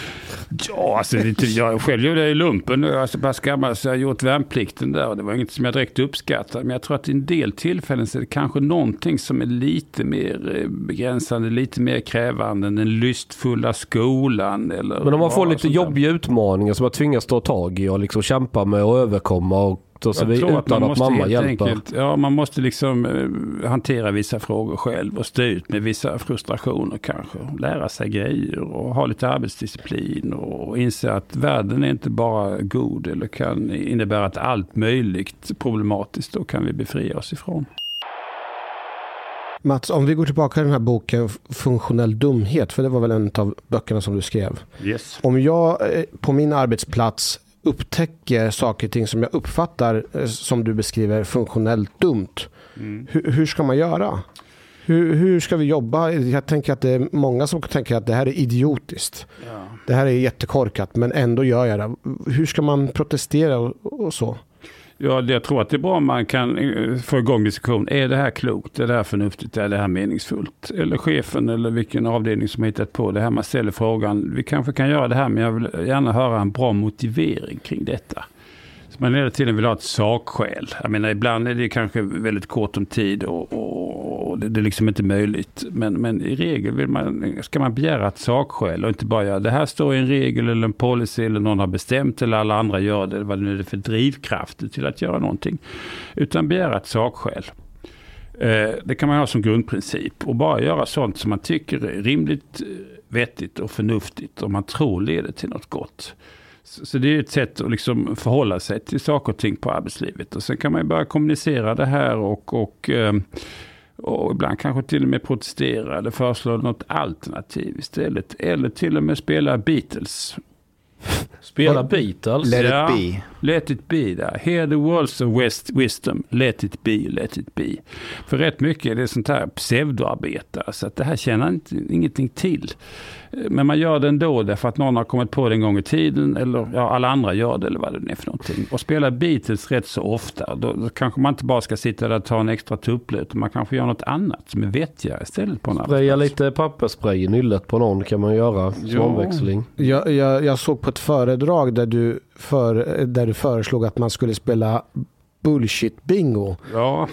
Ja, alltså det, jag själv gjorde det i lumpen. Alltså bara gammal, så jag har gjort värnplikten där och det var inget som jag direkt uppskattade. Men jag tror att i en del tillfällen så är det kanske någonting som är lite mer begränsande, lite mer krävande än den lystfulla skolan. Eller men om man får lite jobbiga utmaningar som man tvingas ta tag i och liksom kämpa med och överkomma och så så vi, utan att, man att mamma hjälper. Enkelt, ja, man måste liksom uh, hantera vissa frågor själv och stå ut med vissa frustrationer kanske. Lära sig grejer och ha lite arbetsdisciplin och inse att världen är inte bara god eller kan innebära att allt möjligt problematiskt då kan vi befria oss ifrån. Mats, om vi går tillbaka till den här boken Funktionell dumhet, för det var väl en av böckerna som du skrev. Yes. Om jag på min arbetsplats upptäcker saker och ting som jag uppfattar som du beskriver funktionellt dumt. Mm. Hur, hur ska man göra? Hur, hur ska vi jobba? Jag tänker att det är många som tänker att det här är idiotiskt. Ja. Det här är jättekorkat, men ändå gör jag det. Hur ska man protestera och, och så? Ja, jag tror att det är bra om man kan få igång diskussion. Är det här klokt? Är det här förnuftigt? Är det här meningsfullt? Eller chefen eller vilken avdelning som har hittat på det här. Man ställer frågan, vi kanske kan göra det här, men jag vill gärna höra en bra motivering kring detta. Så man hela tiden vill ha ett sakskäl. Jag menar, ibland är det kanske väldigt kort om tid och, och, och det, det är liksom inte möjligt. Men, men i regel vill man, ska man begära ett sakskäl och inte bara göra det här står i en regel eller en policy eller någon har bestämt eller alla andra gör det. Vad det nu är för drivkrafter till att göra någonting. Utan begära ett sakskäl. Eh, det kan man ha som grundprincip och bara göra sånt som man tycker är rimligt, vettigt och förnuftigt och man tror leder till något gott. Så det är ett sätt att liksom förhålla sig till saker och ting på arbetslivet. Och sen kan man ju börja kommunicera det här och, och, och ibland kanske till och med protestera eller föreslå något alternativ istället. Eller till och med spela Beatles. Spela Beatles? Let it ja, be. Let it be där. Hear the words of west wisdom. Let it be, let it be. För rätt mycket är det sånt här pseudoarbete. Så att det här känner inte, ingenting till. Men man gör det ändå därför att någon har kommit på det en gång i tiden. Eller ja, alla andra gör det eller vad det är för någonting. Och spela Beatles rätt så ofta. Då, då kanske man inte bara ska sitta där och ta en extra tupplöt. Man kanske gör något annat som är vettigare istället på en Spraya lite papperspray i nyllet på någon kan man göra. Som omväxling. Jag, jag, jag såg på ett föredrag där du, för, där du föreslog att man skulle spela bullshit-bingo. Ja,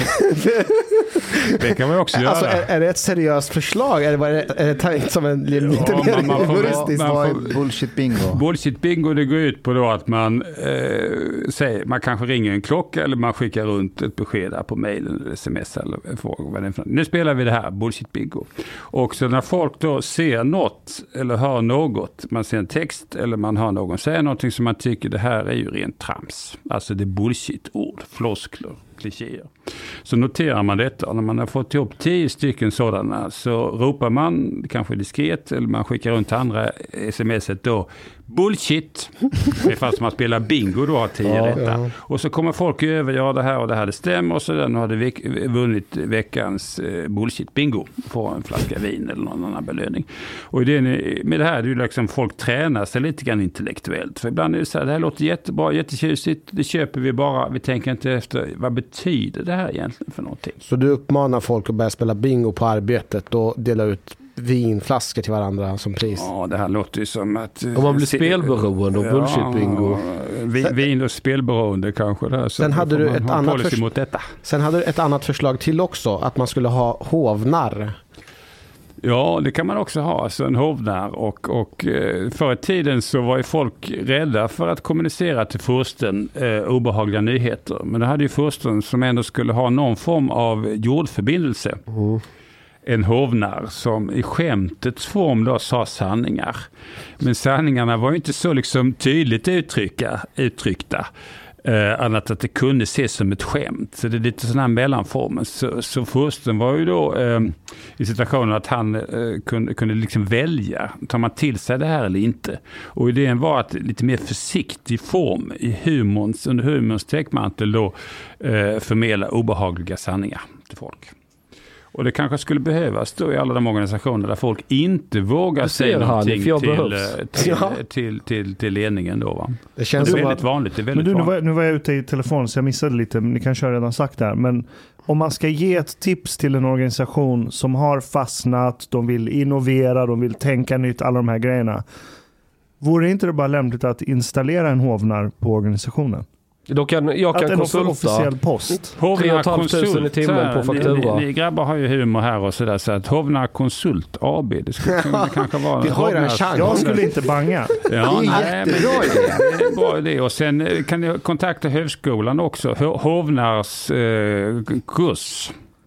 det kan man också göra. Alltså, är, är det ett seriöst förslag? Är det, är det, är det tänkt som en lite Ja, mer man- man får- humoristisk? man Vad får- är bullshit bingo? Bullshit bingo, det går ut på då att man eh, säger, man kanske ringer en klocka eller man skickar runt ett besked där på mejl eller sms eller fråga vad det är för något. Nu spelar vi det här, bullshit bingo. Och så när folk då ser något eller hör något, man ser en text eller man hör någon säga någonting som man tycker det här är ju rent trams. Alltså det är bullshit-ord, floskler, klichéer. Så noterar man detta och när man har fått ihop tio stycken sådana så ropar man kanske diskret eller man skickar runt andra smset då bullshit. Det är fast man spelar bingo då har tio Ja, rätta. ja. Och så kommer folk över, ja det här och det här det stämmer och så den hade veck, vunnit veckans eh, bullshit bingo på en flaska vin eller någon annan belöning. Och det, med det här är det ju liksom folk tränar sig lite grann intellektuellt. För ibland är det så här, det här låter jättebra, jättetjusigt, det köper vi bara, vi tänker inte efter, vad betyder det här egentligen för någonting? Så du uppmanar folk att börja spela bingo på arbetet och dela ut vinflaskor till varandra som pris? Ja, det här låter ju som att... Om man blir spelberoende och bullshit-bingo. Vi, vin och spelberoende kanske. Där, så Sen hade får du man ett ha en annat policy förs- mot detta. Sen hade du ett annat förslag till också, att man skulle ha hovnar. Ja, det kan man också ha, alltså en hovnarr. Och, och eh, förr i tiden så var ju folk rädda för att kommunicera till fursten eh, obehagliga nyheter. Men det hade ju fursten som ändå skulle ha någon form av jordförbindelse. Mm. En hovnarr som i skämtets form då sa sanningar. Men sanningarna var ju inte så liksom tydligt uttrycka, uttryckta. Eh, annat att det kunde ses som ett skämt. Så det är lite sån här mellanformen. Så, så fursten var ju då eh, i situationen att han eh, kunde, kunde liksom välja. Tar man till sig det här eller inte? Och idén var att lite mer försiktig form i humorns, under humorns täckmantel då eh, förmedla obehagliga sanningar till folk. Och det kanske skulle behövas då i alla de organisationer där folk inte vågar Du ser, säga någonting Hanif, jag till, behövs. till, till, Ja. till, till, till ledningen då, va? Det känns Det är som väldigt att, vanligt. Det är Men väldigt du, nu vanligt. var, jag- nu var jag ute i telefon så jag missade lite, men ni kanske har redan sagt det här. Men om man ska ge ett tips till en organisation som har fastnat, de vill innovera, de vill tänka nytt, alla de här grejerna. Vore inte det bara lämpligt att installera en hovnar på organisationen? Då kan, jag Att kan en konsulta. officiell post. Hovnar tre tusen fem hundra i timmen på Konsult, faktura. Ni, ni grabbar har ju humor här och sådär, så att Hovnar Konsult A B, det skulle kunna kanske vara... Vi har ju den här Hovnars- chansen. Jag skulle inte banga. Ja, Det är en nej, men jättebra idé. det är en bra idé. Och sen eh, kan ni kontakta högskolan också. Ho- Hovnars eh, kurs.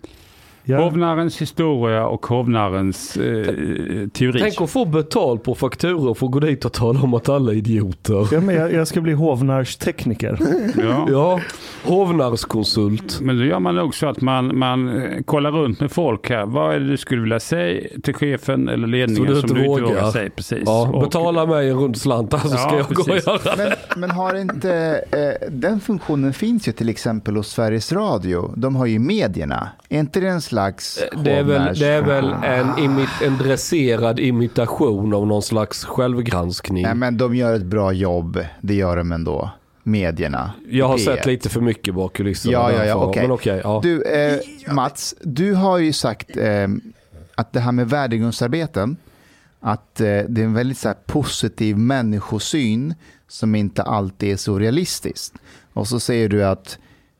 Ja. Hovnarens historia och hovnarens eh, teori. Tänk att få betalt på fakturor och få gå dit och tala om att alla är idioter. Ja, men jag, jag ska bli hovnarstekniker. Ja. Ja, hovnarskonsult. Men då gör man nog så att man, man eh, kollar runt med folk här. Vad är det du skulle vilja säga till chefen eller ledningen Så du som inte du inte vågar. vågar säga? Precis. Ja, Och- betala mig en rund slant, så ska Ja, jag gå och precis. göra. Men, men har inte, eh, den funktionen finns ju till exempel hos Sveriges Radio. De har ju medierna. Är inte det en slags Det är väl, hovnars- det är väl en, imi- en dresserad imitation av någon slags självgranskning. Nej, men de gör ett bra jobb. Det gör de ändå. Medierna. Jag har Det- sett lite för mycket bak i kulisserna. Ja, ja, ja, därför. okej. Men okej, ja. Du, eh, Mats, du har ju sagt eh, att det här med värdegrundsarbeten, att eh, det är en väldigt så här, positiv människosyn som inte alltid är så realistiskt. Och så säger du att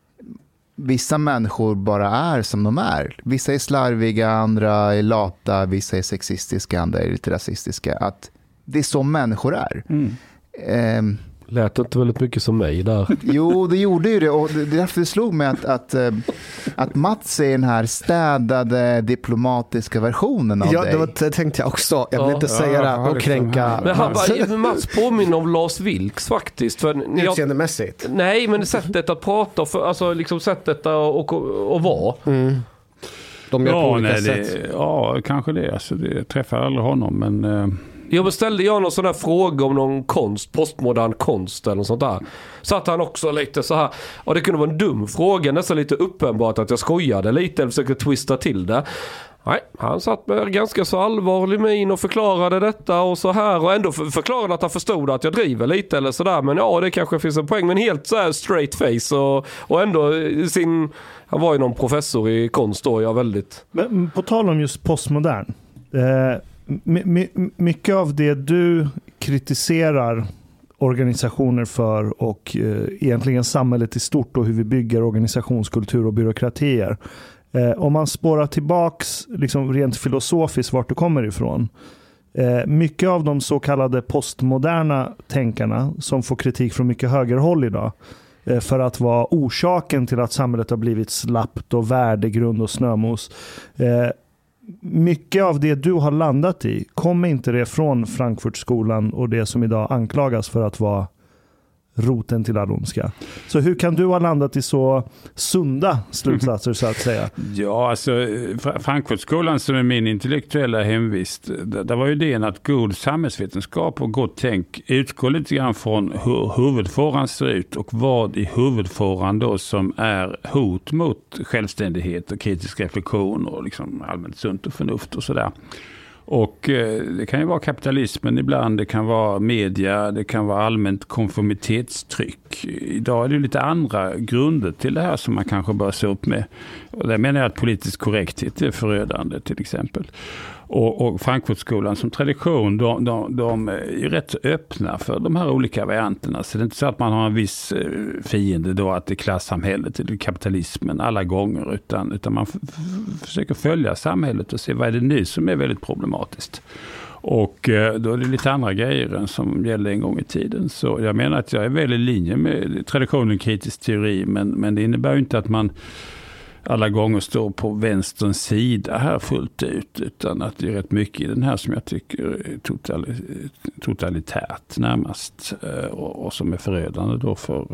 vissa människor bara är som de är. Vissa är slarviga, andra är lata, vissa är sexistiska, andra är lite rasistiska. Att det är så människor är. Mm. Eh, Lät inte väldigt mycket som mig där. Jo, det gjorde ju det, och det är därför det slog mig att, att, eh, att Mats är den här städade diplomatiska versionen av ja, dig. det, var, det tänkte jag också. Jag vill Ja. inte säga det Ja, och liksom kränka här. Men han bara, Mats påminner om Lars Vilks faktiskt. För när jag, utseendemässigt. nej, men sättet att prata, för, alltså liksom sättet att och, och, och vara. Mm. De gör på Ja, olika nej, sätt. det, ja, kanske det. Alltså, det jag träffar aldrig honom, men... Eh, Jag beställde jag någon sån där fråga om någon konst, postmodern konst eller något sånt där. Så att han också lite så här, och det kunde vara en dum fråga, nästan lite uppenbart att jag skojade lite eller försökte twista till det. Nej, han satt med ganska så allvarlig min och förklarade detta och så här, och ändå för- förklarade att han förstod att jag driver lite eller sådär, men ja, det kanske finns en poäng, men helt så här straight face och, och ändå sin, han var ju någon professor i konst då, jag väldigt. Men på tal om just postmodern. Eh, my, my, mycket av det du kritiserar organisationer för och eh, egentligen samhället i stort och hur vi bygger organisationskultur och byråkratier. Eh, om man spårar tillbaks liksom rent filosofiskt vart du kommer ifrån. Eh, mycket av de så kallade postmoderna tänkarna som får kritik från mycket högerhåll idag eh, för att vara orsaken till att samhället har blivit slappt och värdegrund och snömos. Eh, mycket av det du har landat i, kommer inte det från Frankfurtskolan och det som idag anklagas för att vara roten till all ondska. Så hur kan du ha landat i så sunda slutsatser så att säga? Ja, alltså Frankfurtskolan som är min intellektuella hemvist, där var ju idén att god samhällsvetenskap och gott tänk utgår lite grann från hur huvudfåran ser ut och vad i huvudfåran då som är hot mot självständighet och kritisk reflektion och liksom allmänt sunt och förnuft och sådär. Och eh, det kan ju vara kapitalismen ibland, det kan vara media, det kan vara allmänt konformitetstryck. Idag är det lite andra grunder till det här som man kanske bör se upp med. Och där menar jag att politisk korrekthet är förödande till exempel. Och, och Frankfurtskolan som tradition, de, de, de är rätt öppna för de här olika varianterna. Så det är inte så att man har en viss fiende då, att det är klassamhället eller kapitalismen alla gånger, utan, utan man f- f- försöker följa samhället och se vad är det nu som är väldigt problematiskt. Och då är det lite andra grejer än som gällde en gång i tiden. Så jag menar att jag är väl i linje med traditionen kritisk teori, men, men det innebär ju inte att man alla gånger står på vänsterns sida här fullt ut, utan att det är rätt mycket i den här som jag tycker är total, totalitärt närmast och, och som är förödande då för,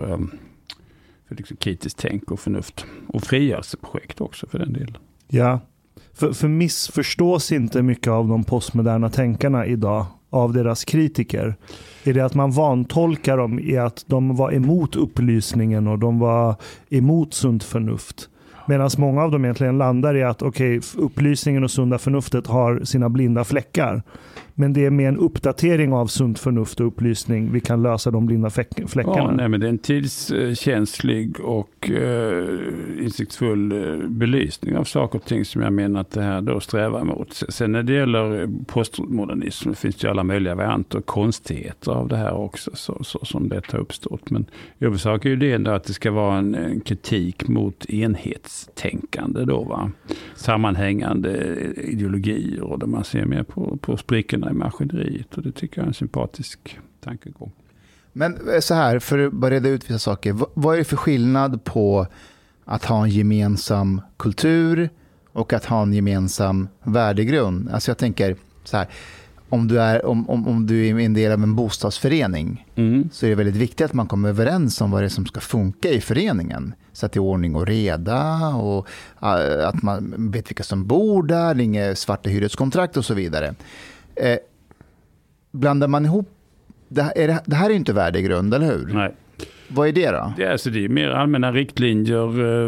för liksom kritiskt tänk och förnuft och frigörelseprojekt också för den delen. Ja, för, för missförstås inte mycket av de postmoderna tänkarna idag av deras kritiker? Är det att man vantolkar dem i att de var emot upplysningen och de var emot sunt förnuft? Medan många av dem egentligen landar i att okej, okay, upplysningen och sunda förnuftet har sina blinda fläckar. Men det är med en uppdatering av sunt förnuft och upplysning vi kan lösa de blinda fläckarna. Ja, nej, men det är en tidskänslig och uh, insiktsfull uh, belysning av saker och ting som jag menar att det här då strävar emot. Sen när det gäller postmodernism finns det ju alla möjliga varianter och konstigheter av det här också så, så som det har uppstått. Men i huvudsak är ju det ändå att det ska vara en, en kritik mot enhetstänkande då, va? Sammanhängande ideologier och där man ser mer på, på sprickorna i maskineriet, och det tycker jag är en sympatisk tankegång. Men så här, för att bara reda ut vissa saker. Vad är det för skillnad på att ha en gemensam kultur och att ha en gemensam värdegrund? Alltså jag tänker så här, om du är, om, om, om du är en del av en bostadsförening mm. så är det väldigt viktigt att man kommer överens om vad det är som ska funka i föreningen. Så att det är ordning och reda och att man vet vilka som bor där, inga svarta hyreskontrakt och så vidare. Eh, blandar man ihop det här, är det, det här är ju inte värdegrund, eller hur? Nej. Vad är det då? Det är, alltså, det är mer allmänna riktlinjer,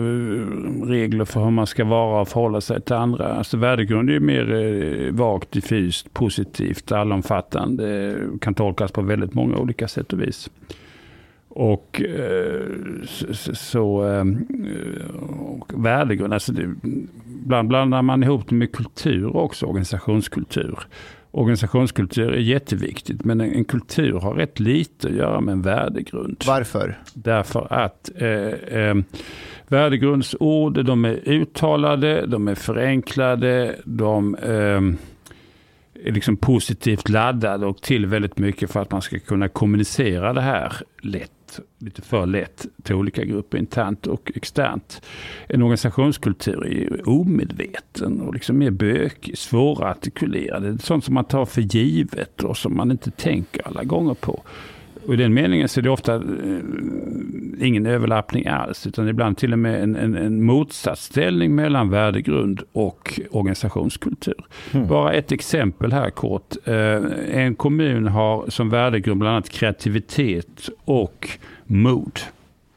eh, regler för hur man ska vara och förhålla sig till andra. Alltså värdegrund är mer eh, vagt, diffust, positivt, allomfattande, kan tolkas på väldigt många olika sätt och vis. Och eh, så, så eh, och värdegrund, alltså det, bland, blandar man ihop det med kultur också, organisationskultur. Organisationskultur är jätteviktigt, men en, en kultur har rätt lite att göra med en värdegrund. Varför? Därför att eh, eh, värdegrundsord, de är uttalade, de är förenklade, de eh, är liksom positivt laddade och till väldigt mycket för att man ska kunna kommunicera det här lätt, lite för lätt till olika grupper internt och externt. En organisationskultur är omedveten och liksom mer bökig, svårartikulerad. Det är sånt som man tar för givet och som man inte tänker alla gånger på. Och i den meningen så är det ofta eh, ingen överlappning alls, utan ibland till och med en, en, en motsatsställning mellan värdegrund och organisationskultur. Mm. Bara ett exempel här kort. Eh, en kommun har som värdegrund bland annat kreativitet och mod.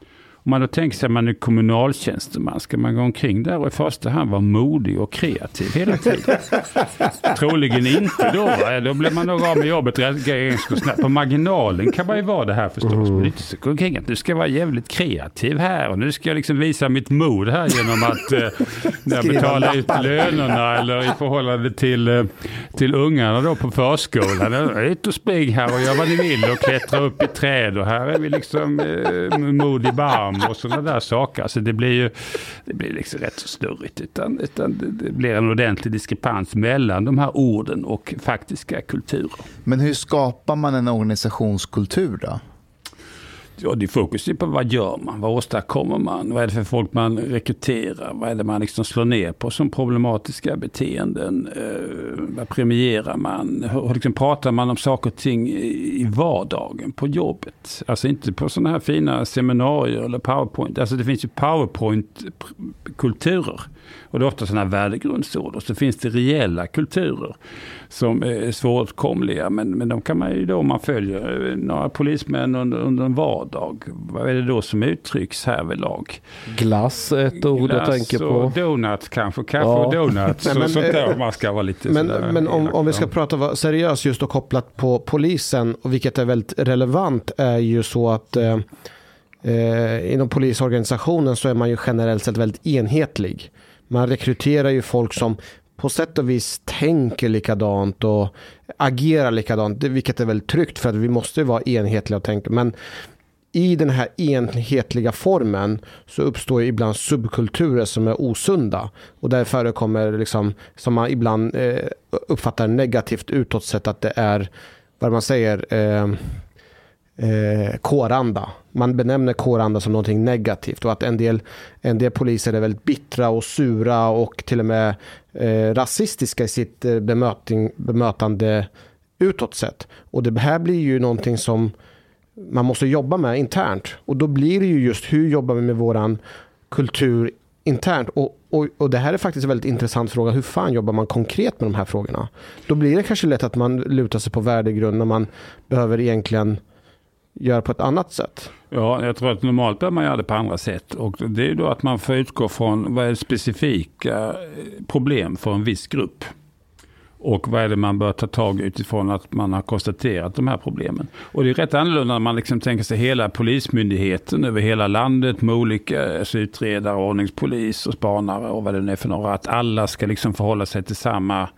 Om man då tänker sig att man är kommunaltjänsteman, ska man gå omkring där och i första hand vara modig och kreativ hela tiden? Troligen inte då. Va? Då blir man nog av med jobbet snabbt. På marginalen kan man ju vara det här förstås. Mm. Men inte så gå omkring att du ska vara jävligt kreativ här och nu ska jag liksom visa mitt mod här genom att eh, när jag betalar ut lönerna eller i förhållande till, eh, till ungarna då på förskolan. Jag är ute och spring här och gör vad ni vill och klättra upp i träd och här är vi liksom eh, mod i barm och sådana där saker. Alltså det blir ju det blir liksom rätt så snurrigt utan, utan det blir en ordentlig diskrepans mellan de här orden och faktiska kulturer. Men hur skapar man en organisationskultur då? Ja, det fokuserar på vad gör man, vad åstadkommer man, vad är det för folk man rekryterar, vad är det man liksom slår ner på som problematiska beteenden, eh, vad premierar man, hur liksom pratar man om saker och ting i vardagen på jobbet, alltså inte på sådana här fina seminarier eller PowerPoint, alltså det finns ju PowerPoint-kulturer och det är ofta sådana här värdegrundsord och så finns det reella kulturer som är svåråtkomliga men, men de kan man ju då om man följer några polismän under, under en vardag. Vad är det då som uttrycks här vid lag? Glass är ett ord jag tänker på. Och donuts kanske, kaffe ja. och donuts. Nej, men, så, sånt där man ska vara lite Men, men om, om vi ska prata seriöst just och kopplat på polisen och vilket är väldigt relevant är ju så att eh, eh, inom polisorganisationen så är man ju generellt sett väldigt enhetlig. Man rekryterar ju folk som på sätt och vis tänker likadant och agerar likadant, vilket är väldigt tryggt för att vi måste vara enhetliga och tänka. Men i den här enhetliga formen så uppstår ibland subkulturer som är osunda och där förekommer liksom, som man ibland eh, uppfattar negativt utåt sett att det är, vad man säger, eh, Eh, kåranda. Man benämner kåranda som någonting negativt och att en del, en del poliser är väldigt bittra och sura och till och med eh, rasistiska i sitt eh, bemöting, bemötande utåt sett. Och det här blir ju någonting som man måste jobba med internt och då blir det ju just hur jobbar vi med våran kultur internt och, och, och det här är faktiskt en väldigt intressant fråga. Hur fan jobbar man konkret med de här frågorna? Då blir det kanske lätt att man lutar sig på värdegrund när man behöver egentligen gör på ett annat sätt. Ja, jag tror att normalt bör man göra det på andra sätt. Och det är ju då att man får utgå från vad är specifika problem för en viss grupp. Och vad är det man bör ta tag utifrån att man har konstaterat de här problemen. Och det är rätt annorlunda när man liksom tänker sig hela polismyndigheten över hela landet med olika alltså utredare, ordningspolis och spanare och vad det är för några. Att alla ska liksom förhålla sig till samma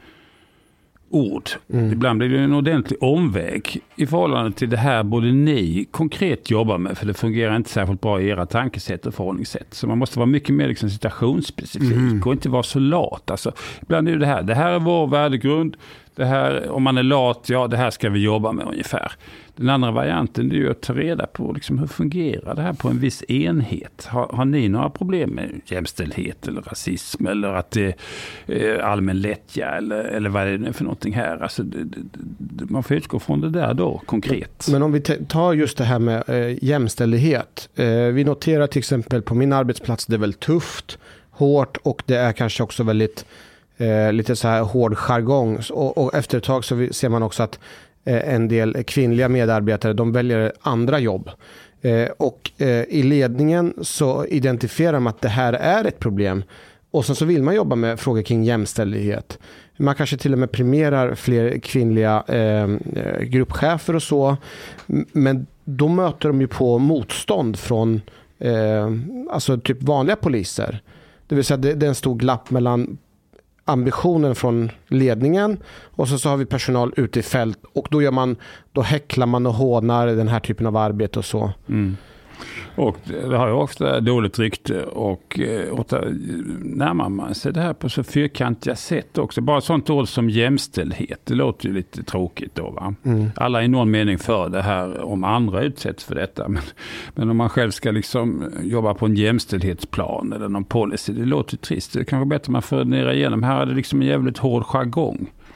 ord. Mm. Ibland blir det en ordentlig omväg i förhållande till det här både ni konkret jobbar med, för det fungerar inte särskilt bra i era tankesätt och förhållningssätt. Så man måste vara mycket mer liksom situationsspecifik mm. och inte vara så lat. Alltså, ibland är det här, det här är vår värdegrund, det här, om man är lat, ja det här ska vi jobba med ungefär. Den andra varianten är ju att ta reda på liksom, hur fungerar det här på en viss enhet. Har, har ni några problem med jämställdhet eller rasism eller att det är allmän lättja eller, eller vad är det för någonting här? Alltså, det, det, man får utgå från det där då, konkret. Men om vi tar just det här med eh, jämställdhet. Eh, vi noterar till exempel på min arbetsplats det är väldigt tufft, hårt och det är kanske också väldigt eh, lite så här hård jargong. Och, och efter ett tag så ser man också att en del kvinnliga medarbetare, de väljer andra jobb. Eh, och eh, i ledningen så identifierar man att det här är ett problem. Och sen så vill man jobba med frågor kring jämställdhet. Man kanske till och med premierar fler kvinnliga eh, gruppchefer och så. Men då möter de ju på motstånd från eh, alltså typ vanliga poliser. Det vill säga det, det är en stor glapp mellan ambitionen från ledningen och så, så har vi personal ute i fält och då gör man, då häcklar man och hånar den här typen av arbete och så. Mm. Och det har ju ofta dåligt rykte och ofta närmar man sig det här på så fyrkantiga sätt också. Bara sånt ord som jämställdhet, det låter ju lite tråkigt då va? Mm. Alla i någon mening för det här om andra utsätts för detta. Men, men om man själv ska liksom jobba på en jämställdhetsplan eller någon policy, det låter ju trist. Det är kanske bättre man funderar igenom. Här är det liksom en jävligt hård jargong.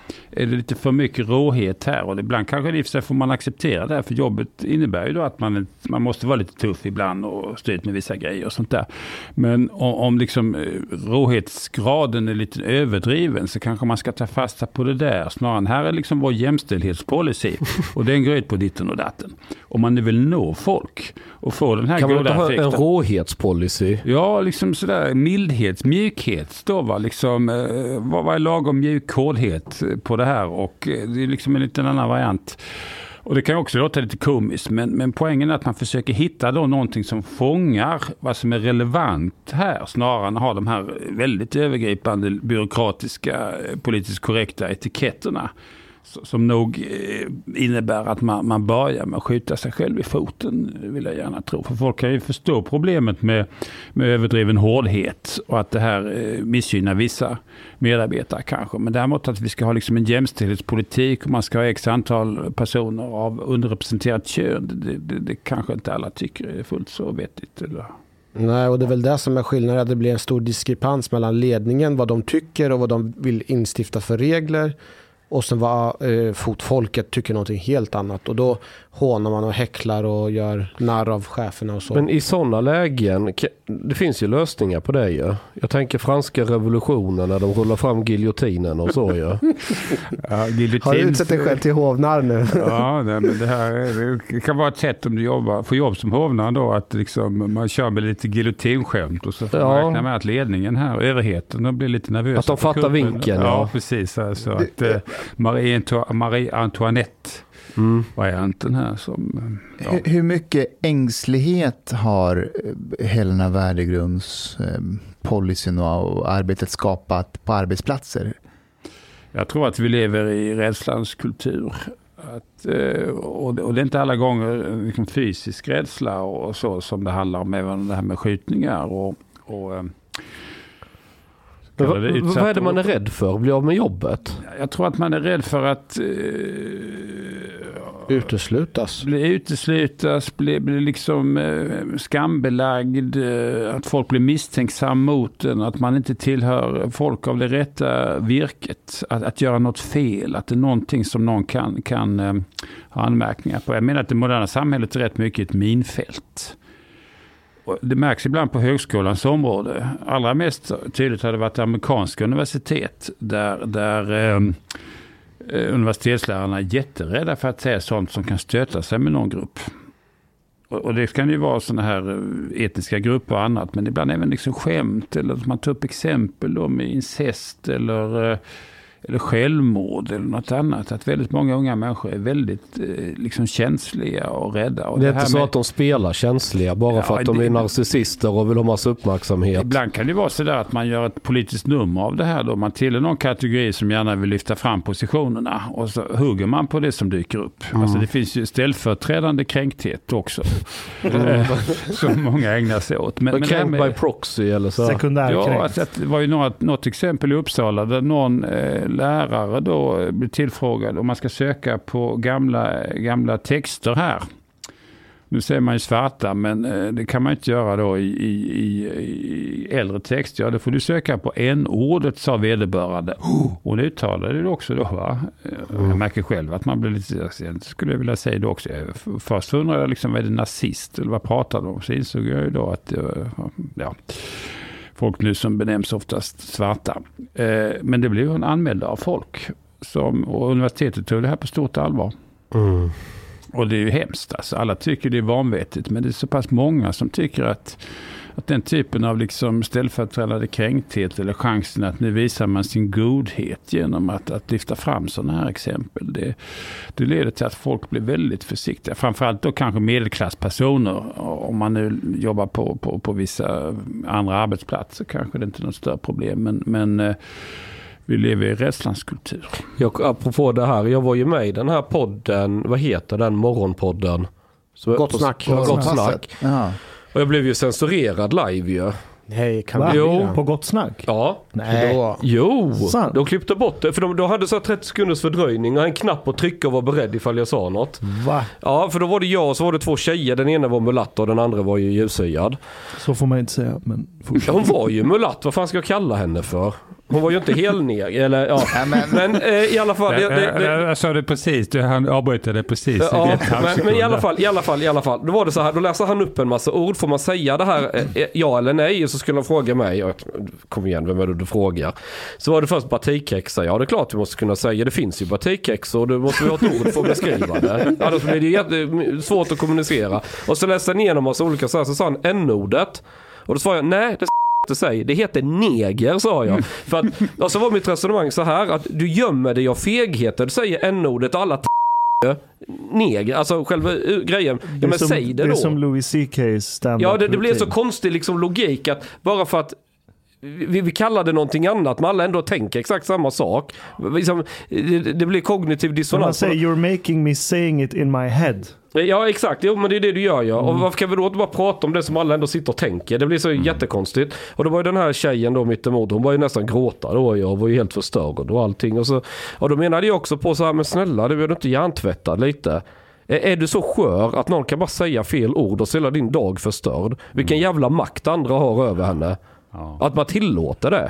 är det lite för mycket råhet här, och ibland kanske det i och för sig får man acceptera det här, för jobbet innebär ju då att man, man måste vara lite tuff ibland och stå ut med vissa grejer och sånt där. Men om, om liksom råhetsgraden är lite överdriven, så kanske man ska ta fasta på det där snarare. Här är liksom vår jämställdhetspolicy och den går ut på ditten och datten. Om man nu vill nå folk och få den här kan goda man inte effekten. Ha en råhetspolicy? Ja, liksom sådär mildhet, mjukhet då va, liksom eh, vad, vad är lagom mjuk hårdhet på det här, och eh, det är liksom en liten annan variant. Och det kan också låta lite komiskt, men, men poängen är att man försöker hitta då någonting som fångar vad som är relevant här, snarare än att ha de här väldigt övergripande byråkratiska, politiskt korrekta etiketterna. Som nog innebär att man, man börjar med att skjuta sig själv i foten, vill jag gärna tro. För folk kan ju förstå problemet med, med överdriven hårdhet och att det här missgynnar vissa medarbetare kanske. Men däremot att vi ska ha liksom en jämställdhetspolitik och man ska ha x antal personer av underrepresenterat kön, det, det, det kanske inte alla tycker är fullt så vettigt. Eller? Nej, och det är väl det som är skillnaden, att det blir en stor diskrepans mellan ledningen, vad de tycker och vad de vill instifta för regler. Och sen vad eh, fotfolket tycker någonting helt annat. Och då hånar man och häcklar och gör narr av cheferna och så. Men i sådana lägen, det finns ju lösningar på det ju. Jag tänker franska revolutionen när de rullar fram giljotinen och så ju. Ja, giljotin. Har du utsett dig själv till hovnar nu? Ja, nej, men det här det kan vara ett sätt om du jobbar, får jobb som hovnar då, att liksom, man kör med lite giljotinskämt och så får ja. man räkna med att ledningen här, överheten, de blir lite nervösa. Att de fattar vinkeln. Ja, ja. precis. Alltså, att eh, Marie, Marie Antoinette mm. varianten här. Som, ja. hur, hur mycket ängslighet har Helena Värdegrunds eh, policyn och arbetet skapat på arbetsplatser? Jag tror att vi lever i rädslans kultur. Att, och, och det är inte alla gånger liksom fysisk rädsla och så som det handlar om, även det här med skjutningar och, och Men vad, vad är det man är rädd för? Bli av med jobbet? Jag tror att man är rädd för att eh, uteslutas. Bli uteslutas, bli, bli liksom eh, skambelagd, eh, att folk blir misstänksam mot en, att man inte tillhör folk av det rätta virket, att, att göra något fel, att det är någonting som någon kan, kan eh, ha anmärkningar på. Jag menar att det moderna samhället är rätt mycket ett minfält. Det märks ibland på högskolans område. Allra mest tydligt har det varit amerikanska universitet där, där eh, universitetslärarna är jätterädda för att säga sånt som kan stöta sig med någon grupp. Och, och det kan ju vara såna här etniska grupper och annat, men ibland även liksom skämt eller att man tar upp exempel om incest eller eh, eller självmord eller något annat. Att väldigt många unga människor är väldigt eh, liksom känsliga och rädda. Och det är det inte så med, att de spelar känsliga bara ja, för att de det, är narcissister och vill ha massa uppmärksamhet. Ibland kan det vara så där att man gör ett politiskt nummer av det här då. Man tillhör någon kategori som gärna vill lyfta fram positionerna och så hugger man på det som dyker upp. Mm. Alltså det finns ju ställföreträdande kränkthet också. Mm. som många ägnar sig åt. Men, men kränkt med, by proxy eller så? Sekundärkränkt. Ja, alltså, det var ju något, något exempel i Uppsala där någon eh, lärare då blir tillfrågad om man ska söka på gamla, gamla texter här. Nu säger man ju svarta, men det kan man inte göra då i, i, i äldre text. Ja, då får du söka på en-ordet, sa vederbörande. Och det uttalade du också då, va? Jag märker själv att man blir lite, skulle jag vilja säga det också. Först undrar jag liksom, vad är det nazist? Eller vad pratar de om? Så insåg jag ju då att, ja, folk nu som benämns oftast svarta. Men det blev ju en anmälda av folk. Som, och universitetet tog det här på stort allvar. Mm. Och det är ju hemskt. Alltså. Alla tycker det är vanvettigt, men det är så pass många som tycker att, att den typen av liksom ställföreträdande kränkthet eller chansen att nu visar man sin godhet genom att, att lyfta fram sådana här exempel. Det, det leder till att folk blir väldigt försiktiga. Framförallt då kanske medelklasspersoner. Om man nu jobbar på, på, på vissa andra arbetsplatser kanske det inte är något större problem. Men, men vi lever i rädslans kultur. Jag, apropå det här, jag var ju med i den här podden, vad heter den morgonpodden? Så, Gott snack. På, Gott snack. Aha. Och jag blev ju censurerad live ju. Nej, kan Va? vi Jo, på Gott snack? Ja. Nej. Då, jo, Sant. de klippte bort det. För de, de hade så trettio sekunders fördröjning och en knapp att trycka och var beredd ifall jag sa något. Va? Ja, för då var det jag och så var det två tjejer. Den ena var mulatt och den andra var ju ljushyad. Så får man inte säga, men Hon var ju mulatt, vad fan ska jag kalla henne för? Hon var ju inte hel ner, eller ja. Ja, men men eh, i alla fall... Det, det, det, jag sa det precis, du han avbryter det precis. Ja, men, men i alla fall, i alla fall, i alla fall. Då var det så här, då läser han upp en massa ord. Får man säga det här, eh, ja eller nej? Och så skulle han fråga mig, och, kom igen, vem är det du frågar? Så var det först batikhäxa. Ja, det är klart vi måste kunna säga, det finns ju batikhäxa och du måste ha ett ord för att beskriva det. Annars blir det jätte, svårt att kommunicera. Och så läste han igenom massa olika så här, så sa han n-ordet. Och då svarade jag, nej, det att säga. Det heter neger, sa jag. För att, och så var mitt resonemang så här, att du gömmer dig av fegheter. Du säger n-ordet och alla t- neger. Alltså själva uh, grejen. Ja, men som, säg det då. Det är som Louis C K's stand-up. Ja, det, det blir så konstig liksom, logik att bara för att vi, vi kallar det någonting annat, men alla ändå tänker exakt samma sak. Liksom, det, det blir kognitiv dissonans. Man säger, you're making me saying it in my head. Ja, exakt. Jo, men det är det du gör, ja. Mm. Och varför kan vi då inte bara prata om det som alla ändå sitter och tänker? Det blir så mm. jättekonstigt. Och då var ju den här tjejen då mitt emot, hon var ju nästan gråta då. Jag var ju helt förstörd och allting. Och, så, och då menade jag också på så här, men snälla, det blir du inte hjärntvättad lite. Är, är du så skör att någon kan bara säga fel ord och ställa din dag förstörd? Vilken mm. jävla makt andra har över henne. Ja. Att man tillåter det.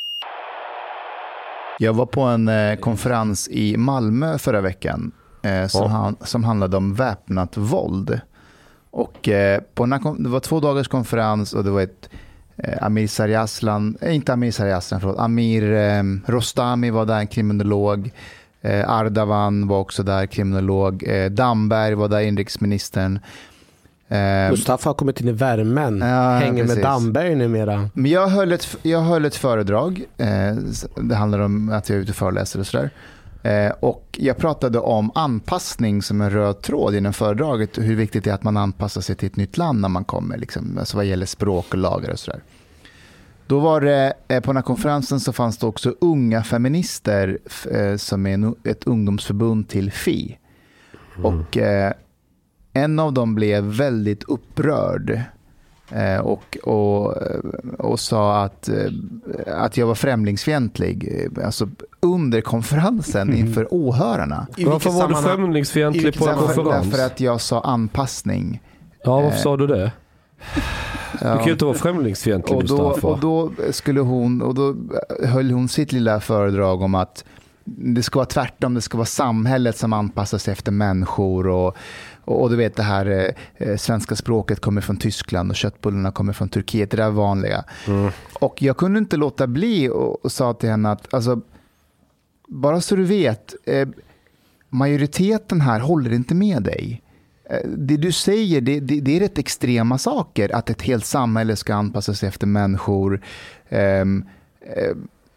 Jag var på en eh, konferens i Malmö förra veckan. Eh, som, ja. han, som handlade om väpnat våld. Och eh, på den här, det var två dagars konferens och det var ett eh, Amir Sarjaslan, eh, inte Amir Sarjaslan, förlåt, Amir eh, Rostami var där, en kriminolog. Eh, Ardavan var också där, kriminolog. Eh, Damberg var där, inrikesministern. Eh, Mustafa har kommit in i värmen, ja, hänger precis. med Damberg numera. Men jag höll ett, jag höll ett föredrag. Eh, det handlar om att jag är ute och föreläser och sådär. Eh, och jag pratade om anpassning som en röd tråd inom föredraget. Hur viktigt det är att man anpassar sig till ett nytt land när man kommer. Liksom, alltså vad gäller språk och lagar och sådär. Då var det, eh, på den här konferensen så fanns det också unga feminister eh, som är en, ett ungdomsförbund till F I. Mm. Och eh, en av dem blev väldigt upprörd. Eh, och, och, och sa att, att jag var främlingsfientlig, alltså under konferensen inför åhörarna. Varför var du främlingsfientlig på en konferens? Därför att jag sa anpassning. Ja, varför sa du det? Ja. Du kan ju inte vara främlingsfientlig, och då, Mustafa. och då skulle hon, och då höll hon sitt lilla föredrag om att det ska vara tvärtom, det ska vara samhället som anpassar sig efter människor och Och, och du vet det här eh, svenska språket kommer från Tyskland och köttbullarna kommer från Turkiet, det där vanliga. Mm. Och jag kunde inte låta bli och, och sa till henne att alltså, bara så du vet, eh, majoriteten här håller inte med dig. Eh, det du säger, det, det, det är rätt extrema saker, att ett helt samhälle ska anpassa sig efter människor. Eh, eh,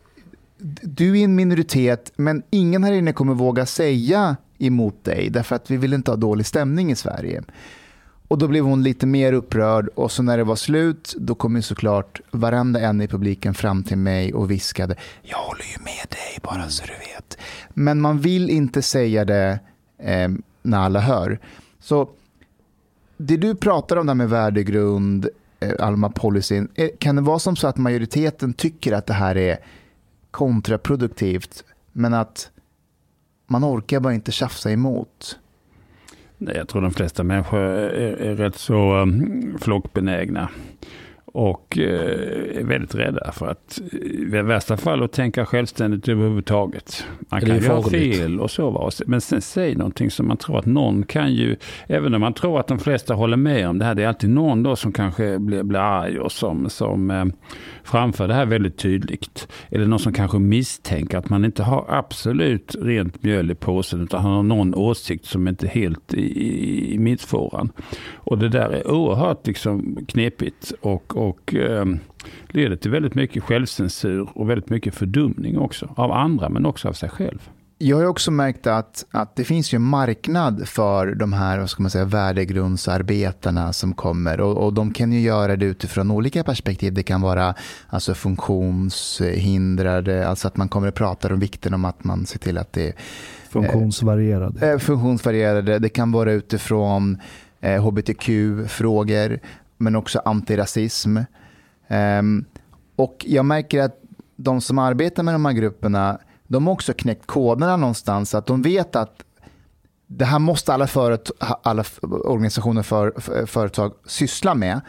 du är en minoritet, men ingen här inne kommer våga säga emot dig, därför att vi vill inte ha dålig stämning i Sverige. Och då blev hon lite mer upprörd, och så när det var slut, då kom ju såklart varenda en i publiken fram till mig och viskade, jag håller ju med dig, bara så du vet. Men man vill inte säga det eh, när alla hör. Så det du pratar om där med värdegrund, eh, allmänna policyn, eh, kan det vara som så att majoriteten tycker att det här är kontraproduktivt, men att man orkar bara inte tjafsa emot? Nej, jag tror de flesta människor är, är rätt så um, flockbenägna och uh, är väldigt rädda för att i värsta fall att tänka självständigt överhuvudtaget. Man kan ju ha fel och så var, men sen säg någonting som man tror att någon kan ju, även om man tror att de flesta håller med om det här, det är alltid någon då som kanske blir, blir arg och som, som um, framför det här väldigt tydligt. Eller någon som kanske misstänker att man inte har absolut rent mjöl i påsen, utan har någon åsikt som inte är helt i, i, i mittfåran. Och det där är oerhört liksom knepigt och, och eh, leder till väldigt mycket självcensur och väldigt mycket fördumning också. Av andra, men också av sig själv. Jag har också märkt att, att det finns ju en marknad för de här, vad ska man säga, värdegrundsarbetarna som kommer. Och, och de kan ju göra det utifrån olika perspektiv. Det kan vara alltså funktionshindrade, alltså att man kommer att prata om vikten om att man ser till att det är funktionsvarierade. Eh, funktionsvarierade. Det kan vara utifrån eh, H B T Q-frågor, men också antirasism. Eh, och jag märker att de som arbetar med de här grupperna, de har också knäckt koderna någonstans, att de vet att det här måste alla, föret- alla organisationer för, för, företag syssla med.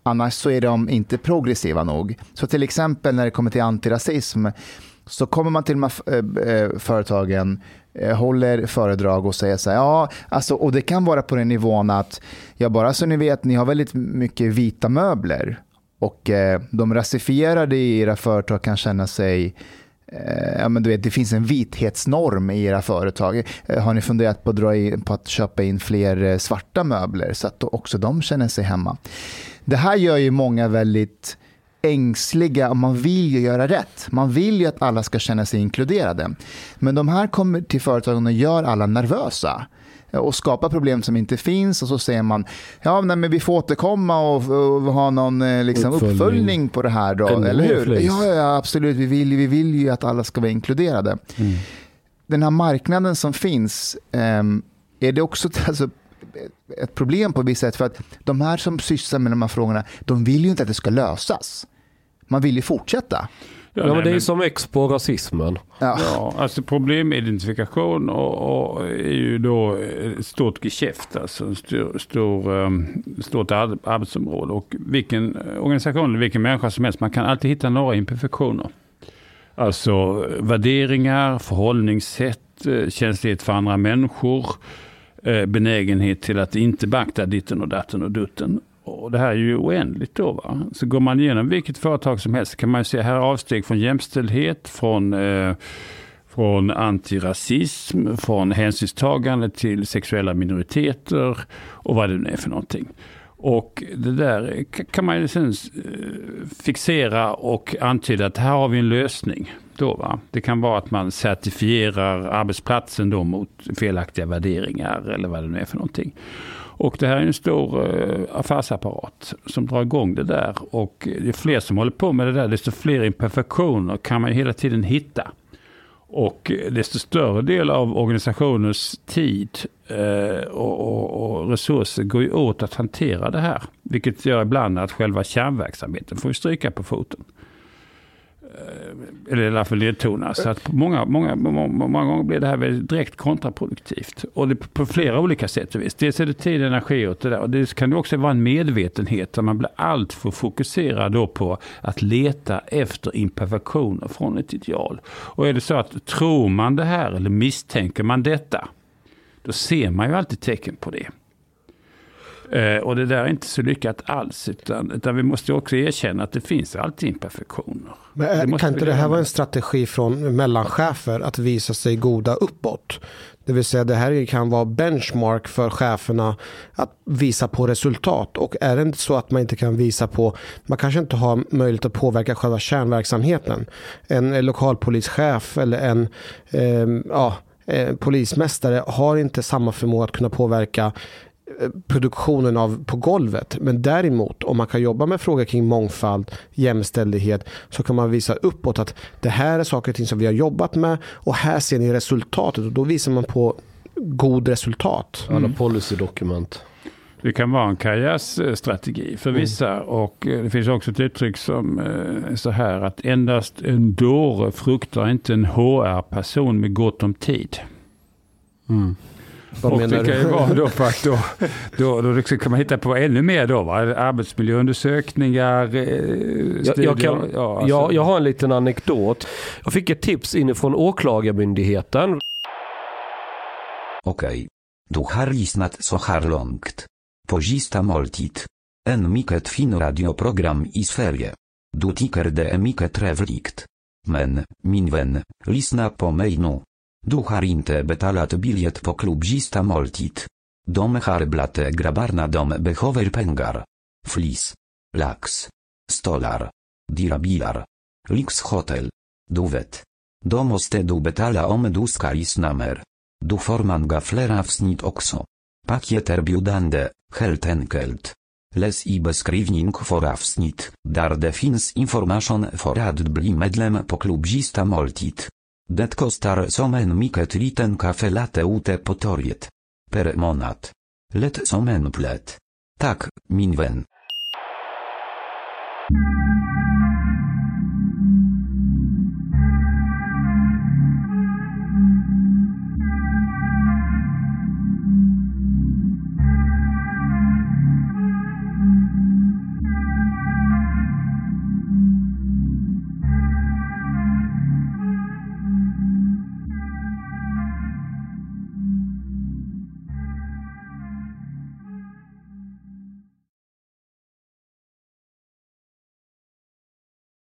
annars så är de inte progressiva nog. Så till exempel när det kommer till antirasism så kommer man till de här företagen, håller föredrag och säger så här, ja, alltså, och det kan vara på den nivån att, ja, bara så ni vet, ni har väldigt mycket vita möbler och eh, de rasifierade i era företag kan känna sig, eh, ja men du vet, det finns en vithetsnorm i era företag. Eh, har ni funderat på att, dra in, på att köpa in fler eh, svarta möbler så att också de känner sig hemma? Det här gör ju många väldigt ängsliga och man vill ju göra rätt. Man vill ju att alla ska känna sig inkluderade. Men de här kommer till företagen och gör alla nervösa och skapar problem som inte finns och så säger man, ja nej, men vi får återkomma och, och ha någon liksom, uppföljning. uppföljning på det här då, en eller hur? Ja, ja, absolut. Vi vill, vi vill ju att alla ska vara inkluderade. Mm. Den här marknaden som finns, um, är det också alltså, ett problem på vissa sätt, för att de här som sysslar med de här frågorna, de vill ju inte att det ska lösas. Man vill ju fortsätta. Ja, ja, men det är ju som ex på rasismen. Ja. Ja, alltså problemidentifikation och, och är ju då ett stort geschäft, alltså en stor, stor, um, stort arbetsområde. Och vilken organisation eller vilken människa som helst, man kan alltid hitta några imperfektioner. Alltså värderingar, förhållningssätt, känslighet för andra människor, benägenhet till att inte beakta ditten och datten och dutten. Och det här är ju oändligt då, va? Så går man igenom vilket företag som helst kan man ju se här avsteg från jämställdhet, från, eh, från antirasism, från hänsynstagande till sexuella minoriteter och vad det nu är för någonting. Och det där kan man ju sen fixera och antyda att här har vi en lösning. Då, va? Det kan vara att man certifierar arbetsplatsen då mot felaktiga värderingar eller vad det nu är för någonting. Och det här är en stor uh, affärsapparat som drar igång det där. Och det är fler som håller på med det där, desto fler imperfektioner kan man ju hela tiden hitta. Och desto större del av organisationens tid uh, och, och, och resurser går ju åt att hantera det här. Vilket gör ibland att själva kärnverksamheten får stryka på foten. Eller i alla fall ledtona. Så att många, många, många, många gånger blir det här väldigt direkt kontraproduktivt. Och det på flera olika sätt och vis. Dels är det tid, energi och det där. Och det kan ju också vara en medvetenhet där man blir allt för fokuserad då på att leta efter imperfektioner från ett ideal. Och är det så att tror man det här eller misstänker man detta, då ser man ju alltid tecken på det. Uh, och det där är inte så lyckat alls, utan, utan vi måste också erkänna att det finns alltid imperfektioner. Men det kan inte det här vara en strategi från mellanchefer att visa sig goda uppåt? Det vill säga det här kan vara benchmark för cheferna att visa på resultat. Och är det inte så att man inte kan visa på, man kanske inte har möjlighet att påverka själva kärnverksamheten. En lokalpolischef eller en eh, ja, eh, polismästare har inte samma förmåga att kunna påverka produktionen av på golvet, men däremot om man kan jobba med frågor kring mångfald, jämställdhet, så kan man visa uppåt att det här är saker och ting som vi har jobbat med och här ser ni resultatet och då visar man på god resultat. Alla policydokument. Det kan vara en karriärstrategi för vissa mm. och det finns också ett uttryck som är så här att endast en dåre fruktar inte en H R-person med gott om tid. Mm. Vad och menar det kan du? ju vara då för att då, då, då kan man hitta på ännu mer då, va? Arbetsmiljöundersökningar, studier. Jag, jag, kan, ja, alltså. jag, jag har en liten anekdot. Jag fick ett tips inifrån åklagarmyndigheten. Okej. Du har lyssnat så här långt. På sista måltid. En mycket fin radioprogram i Sverige. Du tycker det är mycket trevligt. Men, min vän, lyssna på mig nu. Du har inte betalat biljett på klubb sista måltid. De har blate grabbarna dom behöver pengar. Flis. Lax. Stolar. Dirabilar. Lyxhotel. Du vet. De måste du betala om du ska lyssna mer. Du får många fler avsnitt också. Paket erbjudande, helt enkelt. Läs i beskrivning för avsnitt, där det finns information för att bli medlem på klubb sista måltid. Det kostar som en mycket liten kaffe latte ute på torget. Per månad. Lätt som en plätt. Tack, min vän.